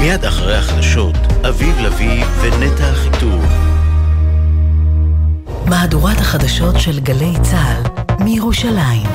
מיד אחרי החדשות, אביב לוי ונטע חיטור. מהדורת החדשות של גלי צהל מירושלים.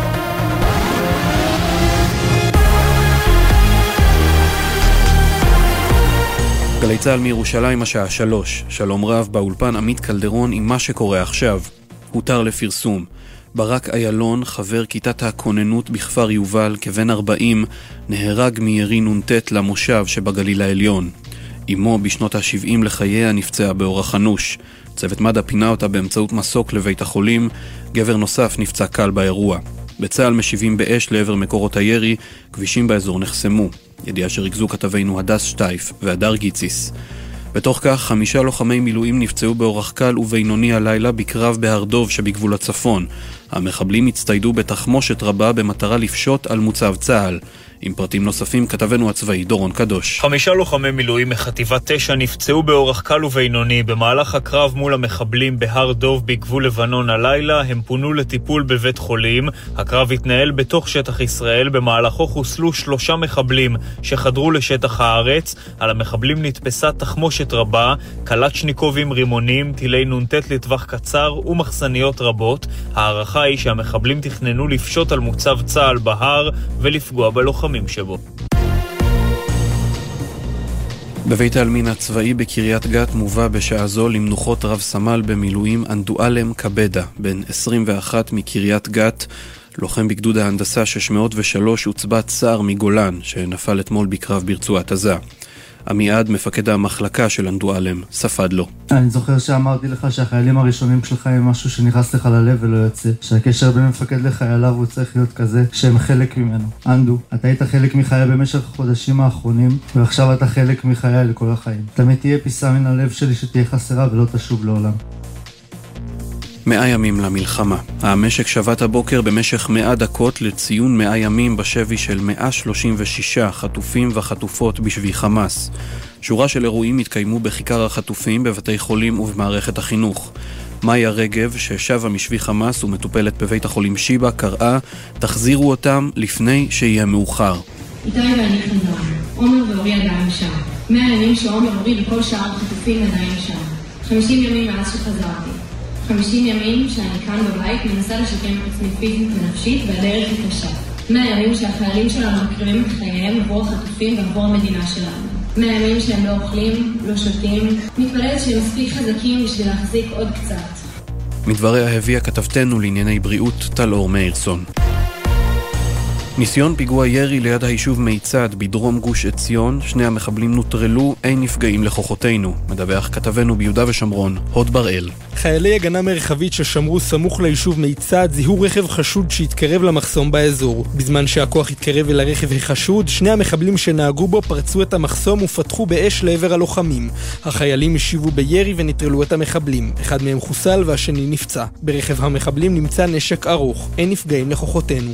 גלי צהל מירושלים השעה 3. שלום רב, באולפן עמית קלדרון עם מה שקורה עכשיו. הותר לפרסום. ברק איילון, חבר כיתת הכוננות בכפר יובל, כבן 40, נהרג מירי נונטט למושב שבגליל העליון. אמו בשנות ה-70 לחייה נפצעה באורח אנוש. צוות מד"א פינה אותה באמצעות מסוק לבית החולים. גבר נוסף נפצע קל באירוע. בצה"ל משיבים באש לעבר מקורות הירי, כבישים באזור נחסמו. ידיעה שריכזו כתבינו הדס שטייף והדר גיציס. בתוך כך 5 לוחמי מילואים נפצעו באורח קל ובינוני הלילה בקרב בהר דוב שבגבול הצפון. המחבלים הצטיידו בתחמושת רבה במטרה לפשוט על מוצב צה"ל. עם פרטים נוספים כתבנו הצבאי דורון קדוש. 5 לוחמי מילואים מחטיבת 9 נפצעו באורח קל ובינוני במהלך הקרב מול המחבלים בהר דוב בגבול לבנון הלילה. הם פונו לטיפול בבית חולים. הקרב התנהל בתוך שטח ישראל. במהלכו חוסלו 3 מחבלים שחדרו לשטח הארץ. על המחבלים נתפסה תחמושת רבה, קלצ'ניקובים, רימונים, טילי נונטט לטווח קצר ומחסניות רבות. הערכה היא שהמחבלים תכננו לפשוט על מוצב צה"ל בהר ולפגוע בלוחמים שבו. בבית העלמין הצבאי בקריית גת מובא בשעה זו למנוחות רב סמל במילואים אנדואלם קבדה, בן 21 מקריית גת, לוחם בגדוד ההנדסה 603 הוצבע צער מגולן, שנפל אתמול בקרב ברצועת עזה. עמיעד, מפקד המחלקה של אנדואלם, ספד לו. אני זוכר שאמרתי לך שהחיילים הראשונים שלך הם משהו שנכנס לך ללב ולא יוצא. שהקשר בין מפקד לחייליו הוא צריך להיות כזה שהם חלק ממנו. אנדו, אתה היית חלק מחיי במשך החודשים האחרונים, ועכשיו אתה חלק מחיי לכל החיים. תמיד תהיה פיסה מן הלב שלי שתהיה חסרה ולא תשוב לעולם. 100 ימים למלחמה. המשק שבת הבוקר במשך 100 דקות לציון 100 ימים בשבי של 136 חטופים וחטופות בשבי חמאס. שורה של אירועים התקיימו בכיכר החטופים, בבתי חולים ובמערכת החינוך. מאיה רגב, ששבה משבי חמאס ומטופלת בבית החולים שיבה, קראה, תחזירו אותם לפני שיהיה מאוחר. איתי ואני חזרנו. עומר ואורי עדיין שם. 100 ימים שעומר הוריד וכל שאר החטופים עדיין שם. 50 ימים מאז שחזרתי. 50 ימים שאני כאן בבית מנסה לשקם את עצמי פיזית ונפשית והדרך היא קשה. 100 ימים שהחיילים שלנו מקריבים את חייהם עבור החטופים ועבור המדינה שלנו. 100 ימים שהם לא אוכלים, לא שותים, מתפללת שהם מספיק חזקים בשביל להחזיק עוד קצת. מדבריה הביאה כתבתנו לענייני בריאות טל אור מאירסון. ניסיון פיגוע ירי ליד היישוב מיצד בדרום גוש עציון, 2 המחבלים נוטרלו, אין נפגעים לכוחותינו. מדווח כתבנו ביהודה ושומרון, הוד בראל. חיילי הגנה מרחבית ששמרו סמוך ליישוב מיצד זיהו רכב חשוד שהתקרב למחסום באזור. בזמן שהכוח התקרב אל הרכב החשוד, 2 המחבלים שנהגו בו פרצו את המחסום ופתחו באש לעבר הלוחמים. החיילים השיבו בירי ונטרלו את המחבלים. אחד מהם חוסל והשני נפצע. ברכב המחבלים נמצא נשק ארוך. אין נפגעים לכוחותינו.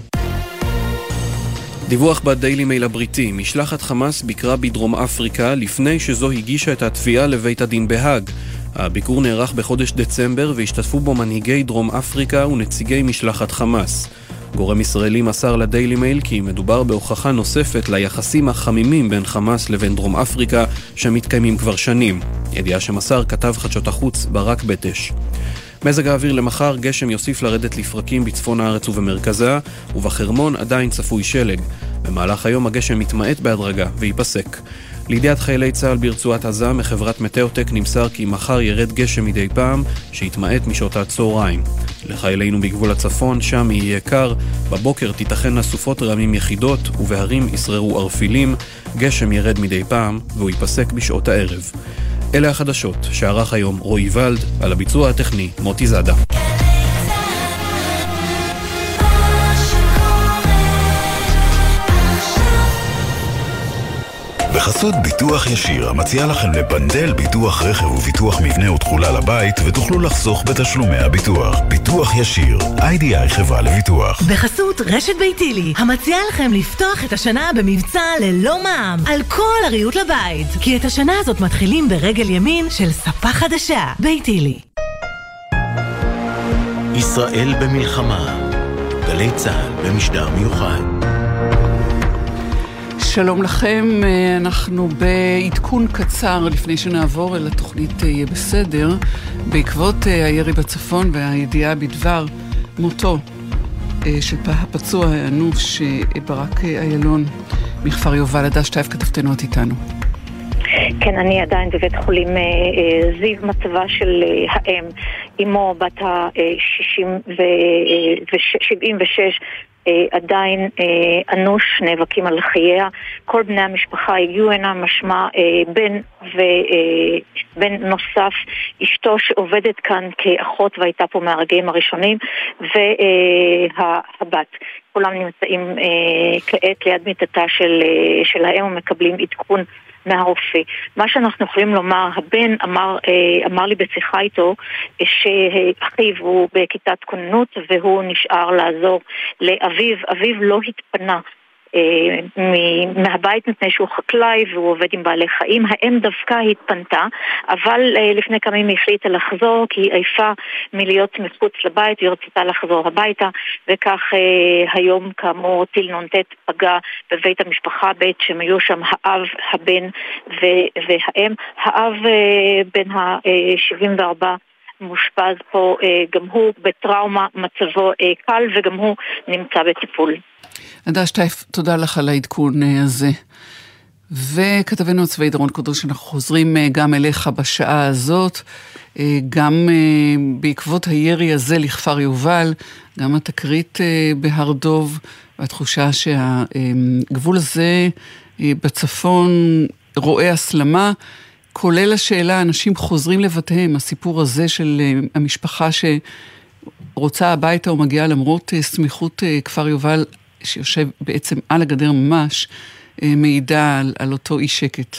דיווח בדיילי מייל הבריטי, משלחת חמאס ביקרה בדרום אפריקה לפני שזו הגישה את התביעה לבית הדין בהאג. הביקור נערך בחודש דצמבר והשתתפו בו מנהיגי דרום אפריקה ונציגי משלחת חמאס. גורם ישראלי מסר לדיילי מייל כי מדובר בהוכחה נוספת ליחסים החמימים בין חמאס לבין דרום אפריקה שמתקיימים כבר שנים. ידיעה שמסר כתב חדשות החוץ ברק בטש. מזג האוויר למחר, גשם יוסיף לרדת לפרקים בצפון הארץ ובמרכזה, ובחרמון עדיין צפוי שלג. במהלך היום הגשם מתמעט בהדרגה ויפסק. לידיעת חיילי צה"ל ברצועת עזה מחברת מטאוטק נמסר כי מחר ירד גשם מדי פעם שיתמעט משעות הצהריים. לחיילינו בגבול הצפון, שם יהיה קר, בבוקר תיתכן סופות רעמים יחידות ובהרים ישררו ערפילים, גשם ירד מדי פעם והוא ייפסק בשעות הערב. אלה החדשות שערך היום רועי ולד, על הביצוע הטכני מוטי זאדה. בחסות ביטוח ישיר, המציע לכם לבנדל ביטוח רכב וביטוח מבנה ותכולה לבית, ותוכלו לחסוך בתשלומי הביטוח. ביטוח ישיר, IDI חברה לביטוח. בחסות רשת ביתילי, המציע לכם לפתוח את השנה במבצע ללא מע"מ על כל הריהוט לבית, כי את השנה הזאת מתחילים ברגל ימין של ספה חדשה. ביתילי. ישראל במלחמה, גלי צהל במשדר מיוחד. שלום לכם, אנחנו בעדכון קצר לפני שנעבור אל התוכנית יהיה בסדר, בעקבות הירי בצפון והידיעה בדבר מותו של הפצוע האנוש ברק איילון מכפר יובל. עדה שטייף כתבתנו את איתנו. כן, אני עדיין בבית חולים זיו. מצבה של האם, אמו בת ה-76 עדיין אנוש, נאבקים על חייה. כל בני המשפחה הגיעו הנה, משמע בן נוסף, אשתו שעובדת כאן כאחות והייתה פה מהרגעים הראשונים, והבת. כולם נמצאים כעת ליד מיטתה של האם ומקבלים עדכון מהרופא. מה שאנחנו יכולים לומר, הבן אמר לי בשיחה איתו שאחיו הוא בכיתת כוננות והוא נשאר לעזור לאביו. אביו לא התפנה מהבית מפני שהוא חקלאי והוא עובד עם בעלי חיים. האם דווקא התפנתה, אבל לפני כמה ימים החליטה לחזור כי היא עייפה מלהיות מחוץ לבית, היא רצתה לחזור הביתה, וכך היום כאמור טיל נ"ט פגע בבית המשפחה, בית שהם היו שם האב, הבן והאם. האב בן ה-74 מושפז פה, גם הוא בטראומה, מצבו קל וגם הוא נמצא בטיפול. עדה שטייף, תודה לך על העדכון הזה. וכתבנו הצבאי דורון קדוש, אנחנו חוזרים גם אליך בשעה הזאת, גם בעקבות הירי הזה לכפר יובל, גם התקרית בהר דוב, והתחושה שהגבול הזה בצפון רואה הסלמה, כולל השאלה, אנשים חוזרים לבתיהם, הסיפור הזה של המשפחה שרוצה הביתה ומגיעה למרות סמיכות כפר יובל, שיושב בעצם על הגדר ממש, מעידה על אותו אי שקט.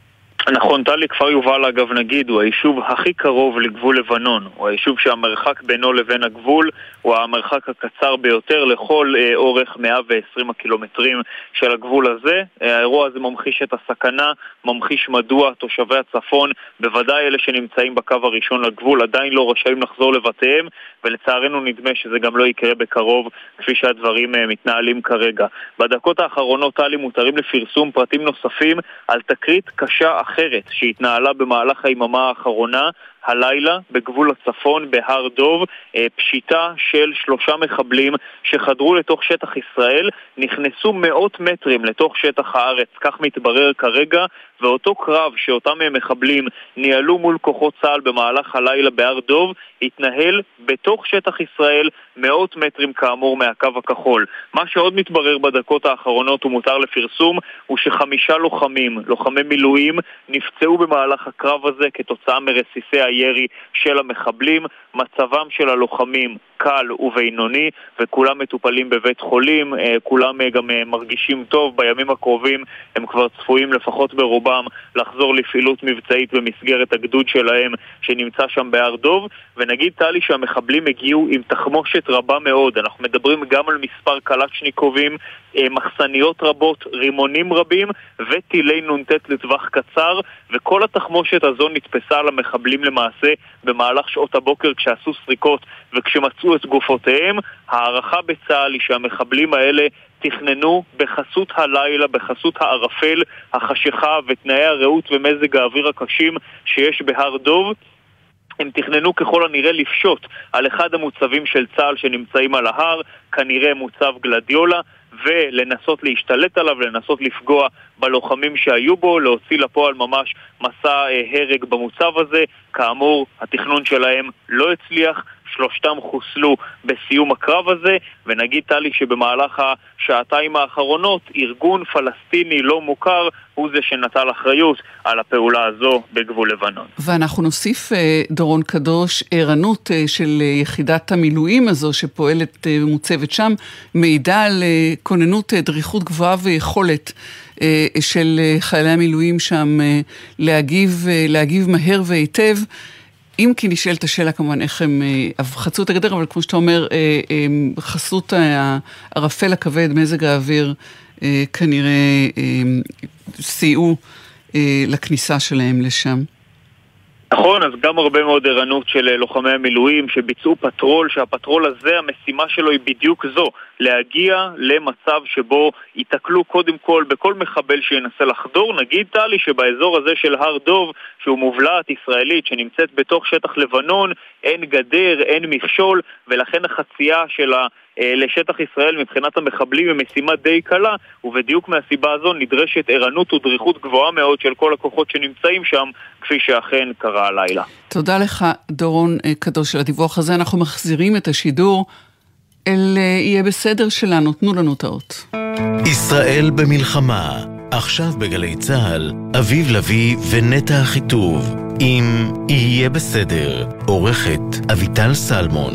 נכון, טלי, כפר יובל אגב נגיד הוא היישוב הכי קרוב לגבול לבנון, הוא היישוב שהמרחק בינו לבין הגבול הוא המרחק הקצר ביותר לכל אורך 120 הקילומטרים של הגבול הזה. האירוע הזה ממחיש את הסכנה, ממחיש מדוע תושבי הצפון, בוודאי אלה שנמצאים בקו הראשון לגבול, עדיין לא רשאים לחזור לבתיהם, ולצערנו נדמה שזה גם לא יקרה בקרוב כפי שהדברים מתנהלים כרגע. בדקות האחרונות טלי מותרים לפרסום פרטים נוספים על תקרית קשה אחרת שהתנהלה במהלך היממה האחרונה הלילה בגבול הצפון בהר דוב, פשיטה של 3 מחבלים שחדרו לתוך שטח ישראל, נכנסו מאות מטרים לתוך שטח הארץ, כך מתברר כרגע, ואותו קרב שאותם מחבלים ניהלו מול כוחות צה"ל במהלך הלילה בהר דוב, התנהל בתוך שטח ישראל מאות מטרים כאמור מהקו הכחול. מה שעוד מתברר בדקות האחרונות ומותר לפרסום הוא ש5 לוחמי מילואים נפצעו במהלך הקרב הזה כתוצאה מרסיסי הירי של המחבלים. מצבם של הלוחמים קל ובינוני וכולם מטופלים בבית חולים, כולם גם מרגישים טוב. בימים הקרובים הם כבר צפויים לפחות ברובם לחזור לפעילות מבצעית במסגרת הגדוד שלהם שנמצא שם בהר דוב. ונגיד טלי שהמחבלים הגיעו עם תחמושת רבה מאוד, אנחנו מדברים גם על מספר קלצ'ניקובים, מחסניות רבות, רימונים רבים וטילי נ"ט לטווח קצר, וכל התחמושת הזו נתפסה על המחבלים למעשה במהלך שעות הבוקר כשעשו סריקות וכשמצאו את גופותיהם. הערכה בצה"ל היא שהמחבלים האלה תכננו בחסות הלילה, בחסות הערפל, החשיכה ותנאי הרעות ומזג האוויר הקשים שיש בהר דוב, הם תכננו ככל הנראה לפשוט על אחד המוצבים של צה"ל שנמצאים על ההר, כנראה מוצב גלדיולה, ולנסות להשתלט עליו, לנסות לפגוע בלוחמים שהיו בו, להוציא לפועל ממש מסע הרג במוצב הזה. כאמור, התכנון שלהם לא הצליח, 3 חוסלו בסיום הקרב הזה, ונגיד טלי שבמהלך השעתיים האחרונות ארגון פלסטיני לא מוכר הוא זה שנטל אחריות על הפעולה הזו בגבול לבנון. ואנחנו נוסיף, דורון קדוש, ערנות של יחידת המילואים הזו שפועלת ומוצבת שם, מעידה על כוננות דריכות גבוהה ויכולת של חיילי המילואים שם להגיב מהר והיטב. אם כי נשאלת השאלה כמובן איך הם חצו את הגדר, אבל כמו שאתה אומר, חסות הערפל הכבד, מזג האוויר, כנראה סייעו לכניסה שלהם לשם. נכון, אז גם הרבה מאוד ערנות של לוחמי המילואים שביצעו פטרול, שהפטרול הזה, המשימה שלו היא בדיוק זו, להגיע למצב שבו ייתקלו קודם כל בכל מחבל שינסה לחדור. נגיד טלי שבאזור הזה של הר דוב, שהוא מובלעת ישראלית שנמצאת בתוך שטח לבנון, אין גדר, אין מכשול, ולכן החצייה שלה לשטח ישראל מבחינת המחבלים היא משימה די קלה, ובדיוק מהסיבה הזו נדרשת ערנות ודריכות גבוהה מאוד של כל הכוחות שנמצאים שם, כפי שאכן קרה הלילה. תודה לך דורון קדוש של הדיווח הזה. אנחנו מחזירים את השידור אל יהיה בסדר שלנו. תנו לנו את האות. ישראל במלחמה, עכשיו בגלי צהל, אביב לוי ונטע אחיטוב עם יהיה בסדר, עורכת אביטל סלמון.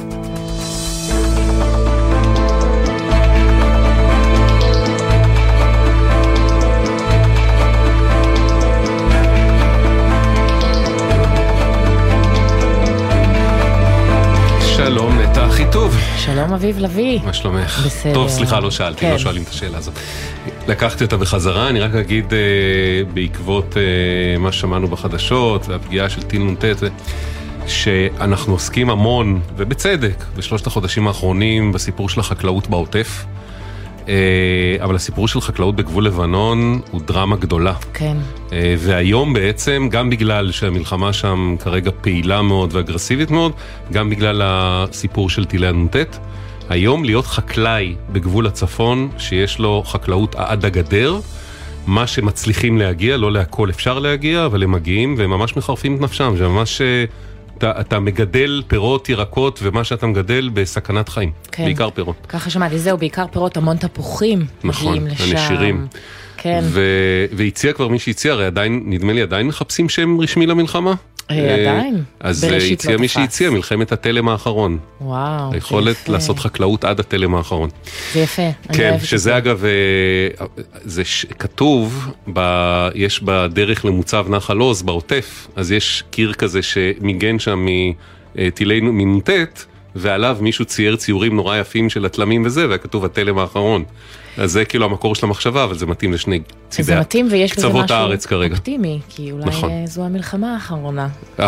שלום, נטע אחיטוב. שלום אביב לוי. מה שלומך? בסדר. טוב, סליחה, לא שאלתי, כן. לא שואלים את השאלה הזאת. לקחתי אותה בחזרה, אני רק אגיד בעקבות מה שמענו בחדשות והפגיעה של טיל נ"ט, שאנחנו עוסקים המון, ובצדק, בשלושת החודשים האחרונים בסיפור של החקלאות בעוטף, אבל הסיפור של חקלאות בגבול לבנון הוא דרמה גדולה. כן. והיום בעצם, גם בגלל שהמלחמה שם כרגע פעילה מאוד ואגרסיבית מאוד, גם בגלל הסיפור של טילי נ"ט, היום להיות חקלאי בגבול הצפון, שיש לו חקלאות עד הגדר, מה שמצליחים להגיע, לא להכל אפשר להגיע, אבל הם מגיעים והם ממש מחרפים את נפשם, זה ממש אתה מגדל פירות, ירקות, ומה שאתה מגדל בסכנת חיים. כן. בעיקר פירות. ככה שמעתי, זהו, בעיקר פירות, המון תפוחים. נכון, הנשירים. כן. והציע כבר מי שהציע, הרי עדיין, נדמה לי, עדיין מחפשים שם רשמי למלחמה? עדיין. אז הציע מי שהציע, מלחמת התלם האחרון. וואו, היכולת לעשות חקלאות עד התלם האחרון. זה יפה. כן, שזה אגב, זה כתוב, יש בדרך למוצב נחל עוז, בעוטף, אז יש קיר כזה שמיגן שם מטילי נ"ט, ועליו מישהו צייר ציורים נורא יפים של התלמים וזה, וכתוב התלם האחרון. אז זה כאילו המקור של המחשבה, אבל זה מתאים לשני צידי קצוות הארץ כרגע. אופטימי, כי אולי זו המלחמה האחרונה.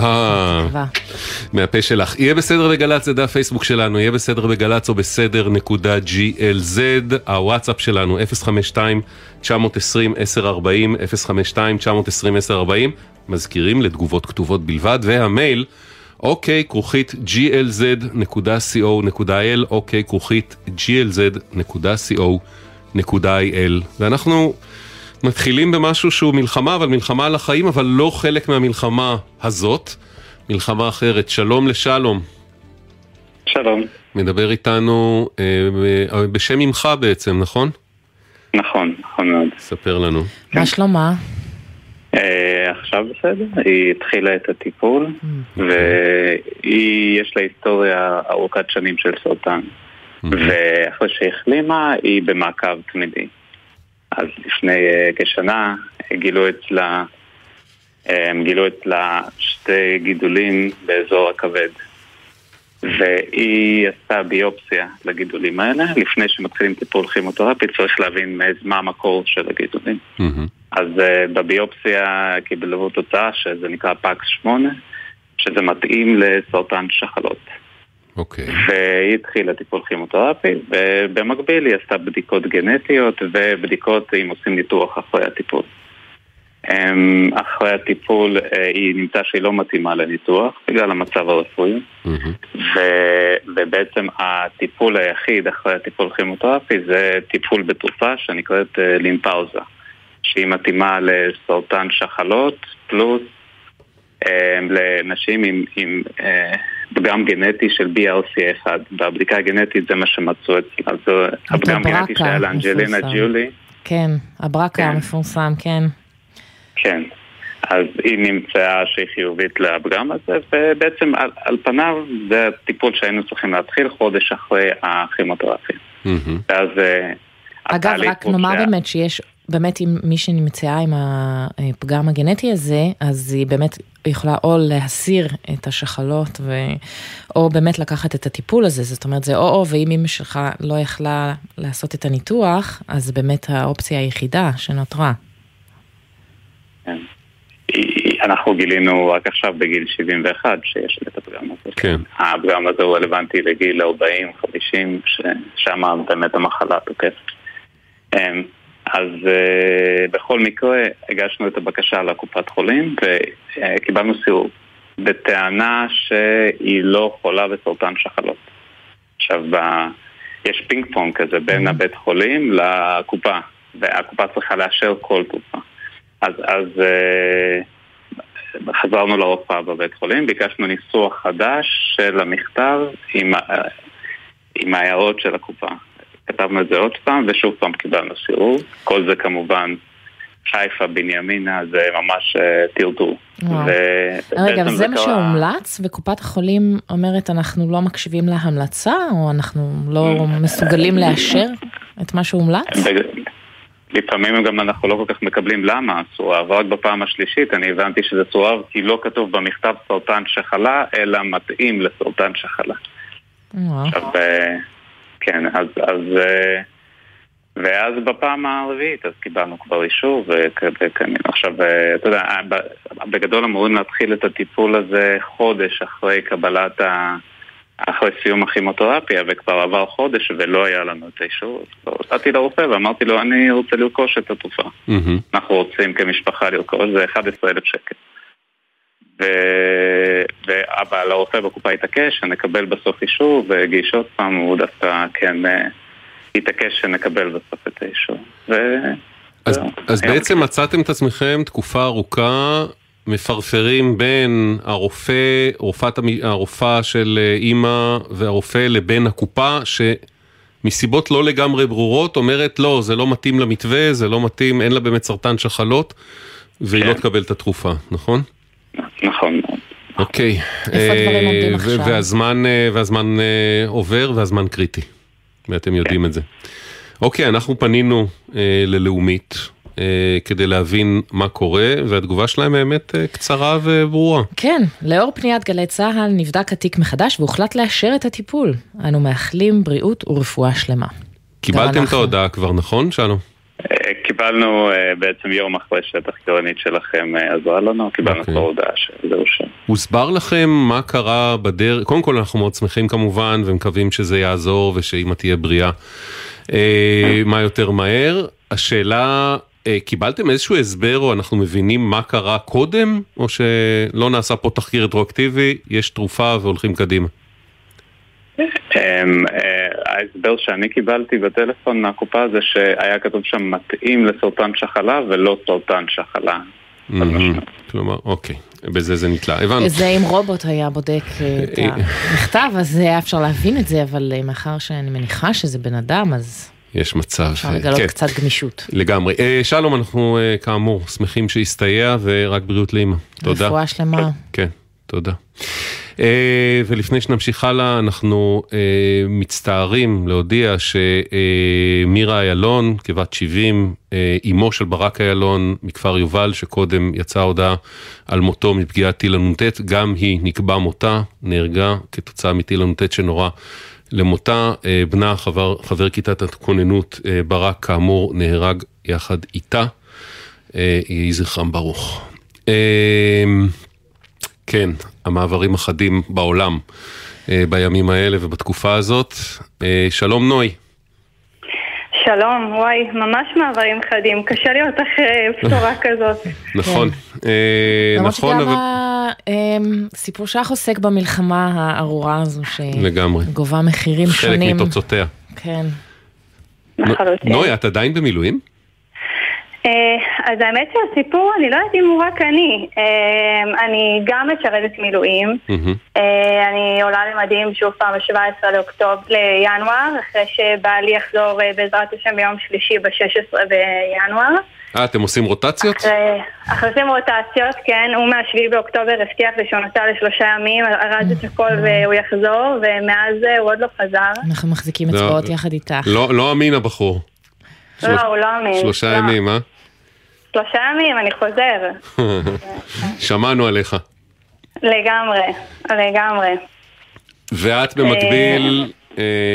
מהפה שלך. יהיה בסדר בגלץ, זה דף פייסבוק שלנו, יהיה בסדר בגלץ או בסדר.glz, הוואטסאפ שלנו 052-920-1040, 052-920-1040, מזכירים לתגובות כתובות בלבד, והמייל ok@glz.co.il, ok@glz.co.il. ואנחנו מתחילים במשהו שהוא מלחמה, אבל מלחמה על החיים, אבל לא חלק מהמלחמה הזאת, מלחמה אחרת. שלום לשלום. שלום. מדבר איתנו בשם ממך בעצם, נכון? נכון, נכון מאוד. ספר לנו. מה שלומה? עכשיו בסדר, היא התחילה את הטיפול ויש לה היסטוריה ארוכת שנים של סרטן, ואחרי שהחלימה היא במעקב תמידי. אז לפני כשנה גילו אצלה שתי גידולים באזור הכבד, והיא עשתה ביופסיה לגידולים האלה. לפני שמתחילים טיפול כימותרפי צריך להבין מה המקור של הגידולים. אז בביופסיה קיבלו תוצאה שזה נקרא פאקס 8, שזה מתאים לסרטן שחלות. אוקיי. והיא התחילה טיפול כימותרפי, ובמקביל היא עשתה בדיקות גנטיות ובדיקות אם עושים ניתוח אחרי הטיפול. אחרי הטיפול היא נמצאה שהיא לא מתאימה לניתוח בגלל המצב הרפואי, ובעצם הטיפול היחיד אחרי הטיפול כימותרפי זה טיפול בתרופה שנקראת לימפאוזה, שהיא מתאימה לסרטן שחלות פלוס לנשים עם פגם גנטי של BRCA1. בבדיקה הגנטית זה מה שמצאו אצלה, זה הפגם גנטי שהיה לאנג'לינה ג'ולי. כן, הברקה המפורסם, כן. כן, אז היא נמצאה שהיא חיובית לפגם הזה, ובעצם על פניו זה הטיפול שהיינו צריכים להתחיל חודש אחרי הכימותרפיה. ואז אגב, רק נאמר באמת שיש, באמת עם מי שנמצאה עם הפגם הגנטי הזה, אז היא באמת יכולה או להסיר את השחלות, או באמת לקחת את הטיפול הזה, זאת אומרת זה או, ואם אמא שלך לא יכלה לעשות את הניתוח, אז באמת האופציה היחידה שנותרה. אנחנו גילינו רק עכשיו בגיל 71 שיש את הפגם הזה. כן. הפגם הזה הוא רלוונטי לגיל 40-50, ששם באמת המחלה תוקפת. אז בכל מקרה הגשנו את הבקשה לקופת חולים וקיבלנו סירוב בטענה שהיא לא חולה בסרטן שחלות. עכשיו יש פינג פונג כזה בין הבית חולים לקופה, והקופה צריכה לאשר כל תרופה. אז חזרנו לרופאה בבית חולים, ביקשנו ניסוח חדש של המכתב עם ההערות של הקופה. כתבנו את זה עוד פעם, ושוב פעם קיבלנו סירוב. כל זה כמובן חיפה, בנימינה, זה ממש טרטור. רגע, וזה מה שהומלץ, וקופת החולים אומרת, אנחנו לא מקשיבים להמלצה, או אנחנו לא מסוגלים לאשר את מה שהומלץ? לפעמים גם אנחנו לא כל כך מקבלים למה סורב, רק בפעם השלישית אני הבנתי שזה סורב כי לא כתוב במכתב סרטן שחלה, אלא מתאים לסרטן שחלה. עכשיו, כן, ואז בפעם הרביעית אז קיבלנו כבר אישור וקנינו. עכשיו, אתה יודע, בגדול אמורים להתחיל את הטיפול הזה חודש אחרי קבלת אחרי סיום הכימותרפיה, וכבר עבר חודש ולא היה לנו את האישור. אז הודעתי לרופא ואמרתי לו, אני רוצה לרכוש את התרופה. אנחנו רוצים כמשפחה לרכוש, זה 11,000 שקל. אבל הרופא בקופה התעקש שנקבל בסוף אישור, והגיש עוד פעם, הוא דווקא כן התעקש שנקבל בסוף את האישור. אז בעצם מצאתם את עצמכם תקופה ארוכה, מפרפרים בין הרופאה של אמא והרופא לבין הקופה, שמסיבות לא לגמרי ברורות אומרת לא, זה לא מתאים למתווה, זה לא מתאים, אין לה באמת סרטן שחלות, והיא לא תקבל את התרופה, נכון? נכון. אוקיי. איפה הדברים עומדים עכשיו? והזמן עובר והזמן קריטי, ואתם יודעים את זה. אוקיי, אנחנו פנינו ללאומית, כדי להבין מה קורה, והתגובה שלהם באמת קצרה וברורה. כן, לאור פניית גלי צהל נבדק התיק מחדש והוחלט לאשר את הטיפול. אנו מאחלים בריאות ורפואה שלמה. קיבלתם את ההודעה כבר, נכון, שלום? קיבלנו בעצם יום אחרי שהתחקירנית שלכם עזרה לנו, קיבלנו כבר הודעה שזה אושר. הוסבר לכם מה קרה בדרך, קודם כל אנחנו מאוד שמחים כמובן, ומקווים שזה יעזור ושאמא תהיה בריאה מה יותר מהר. השאלה, קיבלתם איזשהו הסבר או אנחנו מבינים מה קרה קודם, או שלא נעשה פה תחקיר רטרואקטיבי, יש תרופה והולכים קדימה? ההסבר שאני קיבלתי בטלפון מהקופה זה שהיה כתוב שם מתאים לסרטן שחלה ולא סרטן שחלה. כלומר, אוקיי, בזה זה נתלה, הבנו. זה אם רובוט היה בודק את המכתב, אז היה אפשר להבין את זה, אבל מאחר שאני מניחה שזה בן אדם, אז יש מצב. אפשר לגלות קצת גמישות. לגמרי. שלום, אנחנו כאמור שמחים שהסתייע, ורק בריאות לאמא. תודה. רפואה שלמה. כן, תודה. ולפני שנמשיך הלאה, אנחנו מצטערים להודיע שמירה איילון, כבת 70, אמו של ברק איילון מכפר יובל, שקודם יצאה הודעה על מותו מפגיעת טיל הנ"ט, גם היא נקבע מותה, נהרגה כתוצאה מטיל הנ"ט שנורא למותה. בנה, חבר כיתת הכוננות ברק, כאמור נהרג יחד איתה, יהי זכרם ברוך. כן, המעברים החדים בעולם בימים האלה ובתקופה הזאת. שלום נוי. שלום, וואי, ממש מעברים חדים, קשה להיות אחרי בשורה כזאת. נכון. למרות שגם הסיפור שלך עוסק במלחמה הארורה הזו, שגובה מחירים שונים. חלק מתוצאותיה. כן. נוי, את עדיין במילואים? אז האמת שהסיפור, אני לא יודעת אם הוא רק אני גם משרתת מילואים, אני עולה למדים שוב פעם ב-17 לינואר, אחרי שבעלי יחזור בעזרת השם ביום שלישי ב-16 בינואר. אתם עושים רוטציות? אנחנו עושים רוטציות, כן, הוא מה-7 באוקטובר הבטיח שהוא נוסע ל3 ימים, ארז את הכל והוא יחזור, ומאז הוא עוד לא חזר. אנחנו מחזיקים אצבעות יחד איתך. לא אמין הבחור. לא, הוא לא אמין. 3 ימים, 3 ימים, אני חוזר. שמענו עליך. לגמרי. ואת במקביל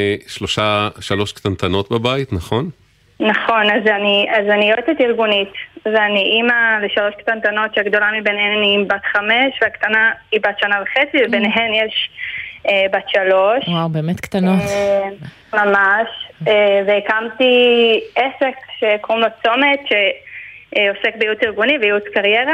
3 קטנטנות בבית, נכון? נכון, אז אני יועצת ארגונית ואני אימא לשלוש קטנטנות שהגדולה מביניהן היא בת 5 והקטנה היא בת 1.5 שנה, וביניהן יש בת 3. וואו, באמת קטנות. ממש. והקמתי עסק שקוראים לו צומת, שעוסק בייעוץ ארגוני וייעוץ קריירה.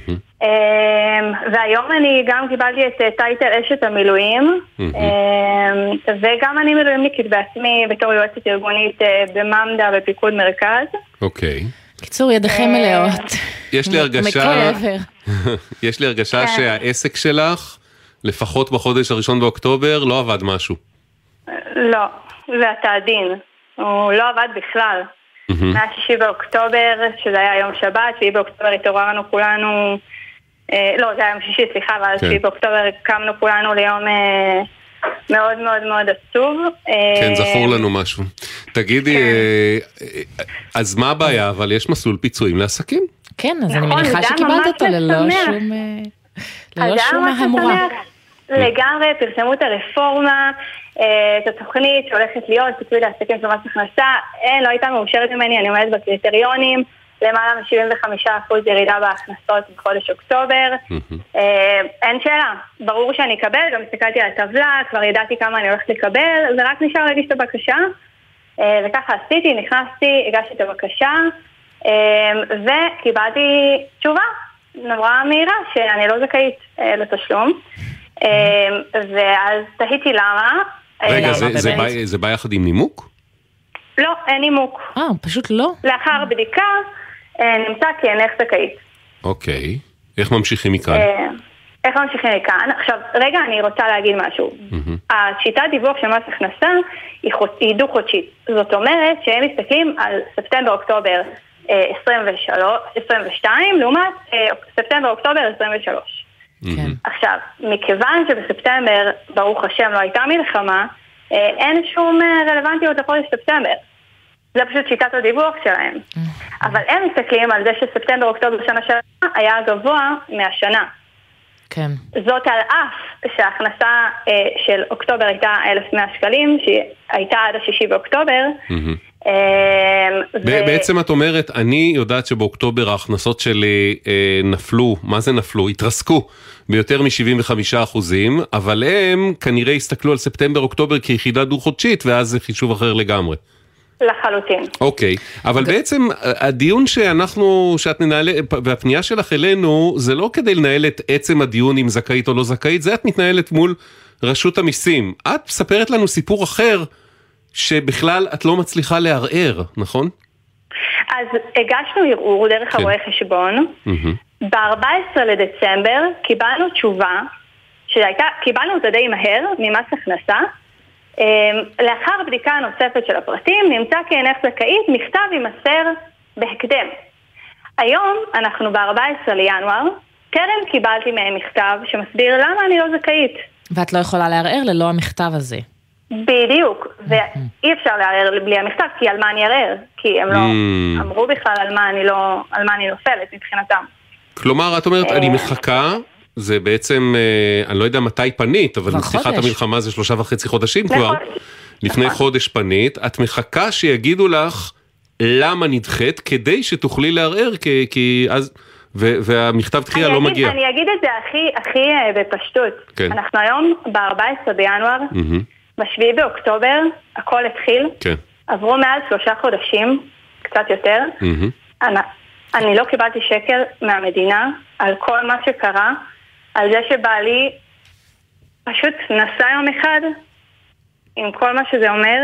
והיום אני גם קיבלתי את טייטל אשת המילואים, וגם אני מילואימניקית בעצמי בתור יועצת ארגונית בממדה בפיקוד מרכז. אוקיי. קיצור, ידיכם מלאות. יש לי הרגשה שהעסק שלך, לפחות בחודש הראשון באוקטובר, לא עבד משהו. לא, זה התעדין. הוא לא עבד בכלל. מה-6 באוקטובר, שזה היה יום שבת, 7 באוקטובר התעוררנו כולנו, לא, זה היה יום שישי, סליחה, אבל 7 באוקטובר קמנו כולנו ליום מאוד מאוד מאוד עצוב. כן, זכור לנו משהו. תגידי, אז מה הבעיה? אבל יש מסלול פיצויים לעסקים. כן, אז אני מניחה שקיבלת אותו ללא שום המורה. לגמרי, פרסמו את הרפורמה, את התוכנית שהולכת להיות, פיצוי לעסקים של מס הכנסה, לא הייתה מאושרת ממני, אני עומדת בקריטריונים, למעלה מ-75% ירידה בהכנסות בחודש אוקטובר. אין שאלה, ברור שאני אקבל, גם הסתכלתי על הטבלה, כבר ידעתי כמה אני הולכת לקבל, זה רק נשאר להגיש את הבקשה, וככה עשיתי, נכנסתי, הגשתי את הבקשה, וקיבלתי תשובה נורא מהירה שאני לא זכאית לתשלום. ואז תהיתי למה. רגע, זה בא יחד עם נימוק? לא, אין נימוק. פשוט לא. לאחר בדיקה נמצא כי אינך זכאית. אוקיי, איך ממשיכים מכאן? עכשיו, רגע, אני רוצה להגיד משהו. השיטת דיווח של מס הכנסה היא דו-חודשית. זאת אומרת שהם מסתכלים על ספטמבר-אוקטובר 22 לעומת ספטמבר-אוקטובר 23. עכשיו, מכיוון שבספטמבר, ברוך השם, לא הייתה מלחמה, אין שום רלוונטיות לחודש ספטמבר. זה פשוט שיטת הדיווח שלהם. אבל הם מסתכלים על זה שספטמבר-אוקטובר שנה שנה היה גבוה מהשנה. כן. זאת על אף שההכנסה של אוקטובר הייתה 1,100 שקלים, שהייתה עד 6 באוקטובר. בעצם את אומרת, אני יודעת שבאוקטובר ההכנסות שלי נפלו, מה זה נפלו? התרסקו ביותר מ-75%, אבל הם כנראה הסתכלו על ספטמבר-אוקטובר כיחידה דו-חודשית, ואז זה חישוב אחר לגמרי. לחלוטין. אוקיי, אבל בעצם הדיון שאת מנהלת, והפנייה שלך אלינו, זה לא כדי לנהל את עצם הדיון אם זכאית או לא זכאית, זה את מתנהלת מול רשות המיסים. את מספרת לנו סיפור אחר, שבכלל את לא מצליחה לערער, נכון? אז הגשנו ערעור דרך הרואה חשבון. ב-14 לדצמבר קיבלנו תשובה, קיבלנו אותה די מהר ממס הכנסה, לאחר בדיקה נוספת של הפרטים, נמצא כי אינך זכאית, מכתב יימסר בהקדם. היום אנחנו ב-14 לינואר, טרם קיבלתי מהם מכתב שמסביר למה אני לא זכאית. ואת לא יכולה לערער ללא המכתב הזה. בדיוק, ואי אפשר לערער בלי המכתב, כי על מה אני אערער? כי הם לא אמרו בכלל על מה אני נופלת מבחינתם. כלומר, את אומרת, אני מחכה, זה בעצם, אני לא יודע מתי פנית, אבל נפתיחת המלחמה זה 3.5 חודשים כבר, לפני חודש פנית, את מחכה שיגידו לך למה נדחית, כדי שתוכלי לערער, כי אז, והמכתב דחייה לא מגיע. אני אגיד את זה הכי בפשטות. אנחנו היום ב-14 בינואר, ב7 באוקטובר, הכל התחיל, עברו מעל 3 חודשים, קצת יותר, אני לא קיבלתי שקל מהמדינה על כל מה שקרה, על זה שבעלי פשוט נסע יום אחד, עם כל מה שזה אומר,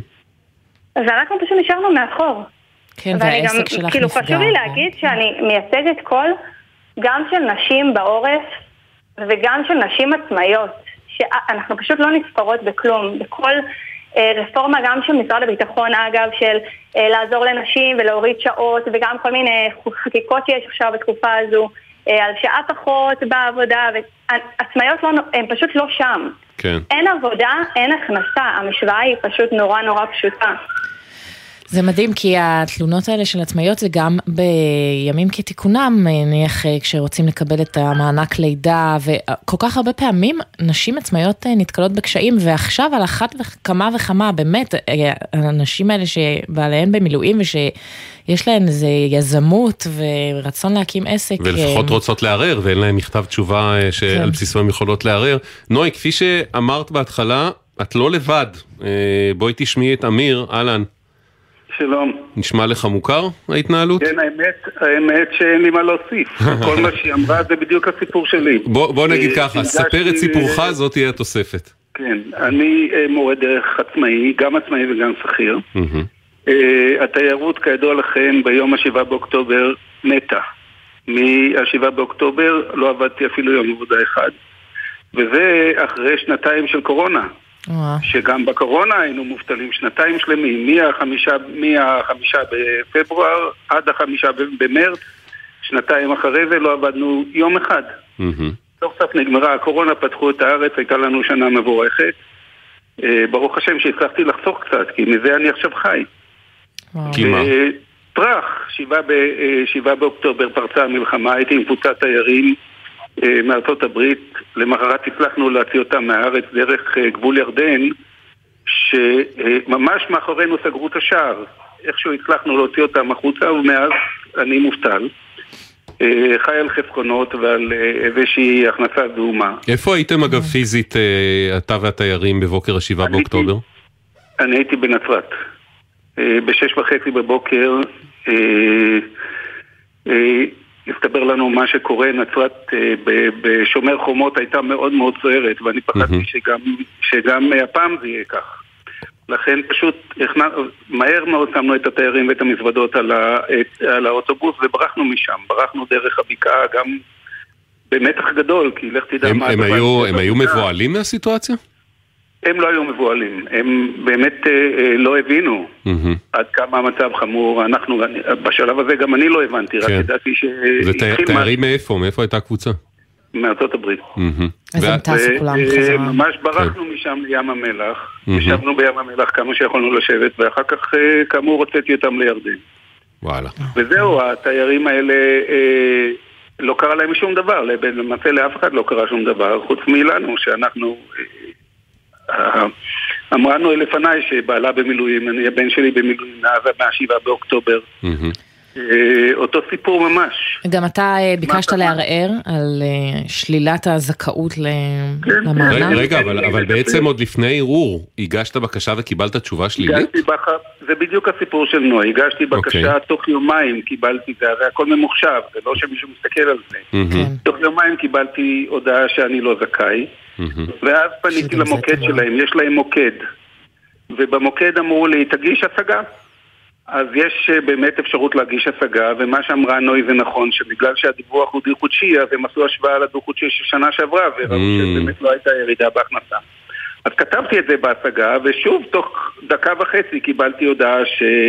ואנחנו פשוט נשארנו מאחור. כן, והעסק שלך נפגע. חשוב לי להגיד שאני מייצגת קול, גם של נשים בעורף, וגם של נשים עצמאיות, שאנחנו פשוט לא נספרות בכלום, בכל רפורמה גם של משרד הביטחון, אגב, של לעזור לנשים ולהוריד שעות, וגם כל מיני חקיקות שיש עכשיו בתקופה הזו, על שעה פחות בעבודה, ועצמאיות הן פשוט לא שם. כן. אין עבודה, אין הכנסה, המשוואה היא פשוט נורא נורא פשוטה. זה מדהים, כי התלונות האלה של עצמאיות זה גם בימים כתיקונם, נניח כשרוצים לקבל את המענק לידה, וכל כך הרבה פעמים נשים עצמאיות נתקלות בקשיים, ועכשיו על אחת וכמה וכמה, באמת, הנשים האלה שבעליהן במילואים, ושיש להן איזה יזמות ורצון להקים עסק. ולפחות רוצות לערער, ואין להן מכתב תשובה שעל בסיסו הן יכולות לערער. נוי, כפי שאמרת בהתחלה, את לא לבד. בואי תשמעי את אמיר, אהלן. שלום. נשמע לך מוכר, ההתנהלות? כן, האמת שאין לי מה להוסיף. כל מה שהיא אמרה זה בדיוק הסיפור שלי. בוא נגיד ככה, ספר את סיפורך, זאת תהיה התוספת. כן, אני מורה דרך עצמאי, גם עצמאי וגם שכיר. התיירות, כידוע לכם, ביום ה-7 באוקטובר מתה. מה-7 באוקטובר לא עבדתי אפילו יום עבודה אחד. וזה אחרי שנתיים של קורונה. שגם בקורונה היינו מובטלים שנתיים שלמים, מה-5 בפברואר עד ה-5 במרץ, שנתיים אחרי זה לא עבדנו יום אחד. סוף סוף נגמרה הקורונה, פתחו את הארץ, הייתה לנו שנה מבורכת. ברוך השם שהצלחתי לחסוך קצת, כי מזה אני עכשיו חי. כי מה? טרח, 7 באוקטובר פרצה המלחמה, הייתי עם קבוצת תיירים מארצות הברית, למחרת הצלחנו להוציא אותם מהארץ דרך גבול ירדן, שממש מאחורינו סגרו את השער. איכשהו הצלחנו להוציא אותם החוצה, ומאז אני מובטל. חי על חסכונות ועל איזושהי הכנסה זעומה. איפה הייתם אגב פיזית, אתה והתיירים בבוקר ה-7 באוקטובר? אני הייתי בנצרת. ב6:30 בבוקר הסתבר לנו מה שקורה. נצרת בשומר חומות הייתה מאוד מאוד סוערת, ואני פחדתי שגם הפעם זה יהיה כך. לכן פשוט מהר מאוד שמנו את התיירים ואת המזוודות על האוטובוס וברחנו משם. ברחנו דרך הבקעה גם במתח גדול, כי לך תדע מה... הם היו מבועלים מהסיטואציה? הם לא היו מבועלים, הם באמת לא הבינו עד כמה המצב חמור. אנחנו, בשלב הזה גם אני לא הבנתי, רק ידעתי זה תיירים מאיפה? מאיפה הייתה קבוצה? מארצות הברית. אז הם טסו כולם חזרה. ממש ברחנו משם לים המלח, ישבנו בים המלח כמה שיכולנו לשבת, ואחר כך כאמור הוצאתי אותם לירדן. וואלה. וזהו, התיירים האלה לא קרה להם שום דבר, למעשה לאף אחד לא קרה שום דבר, חוץ מאיתנו שאנחנו... אמרנו לפניי שבעלה במילואים, הבן שלי במילואים מה-7 באוקטובר. אותו סיפור ממש. גם אתה ביקשת לערער על שלילת הזכאות למענק? רגע, אבל בעצם עוד לפני ערעור, הגשת בקשה וקיבלת תשובה שלילית? זה בדיוק הסיפור של נוי. הגשתי בקשה תוך יומיים, קיבלתי, זה הרי הכל ממוחשב, זה לא שמישהו מסתכל על זה. תוך יומיים קיבלתי הודעה שאני לא זכאי, ואז פניתי למוקד שלהם, יש להם מוקד, ובמוקד אמרו לי, תגיש השגה. אז יש באמת אפשרות להגיש השגה, ומה שאמרה נוי זה נכון, שבגלל שהדיווח הוא דו-חודשי, אז הם עשו השוואה לדו-חודשי של שנה שעברה, וראו שבאמת לא הייתה ירידה בהכנסה. אז כתבתי את זה בהשגה, ושוב תוך דקה וחצי קיבלתי הודעה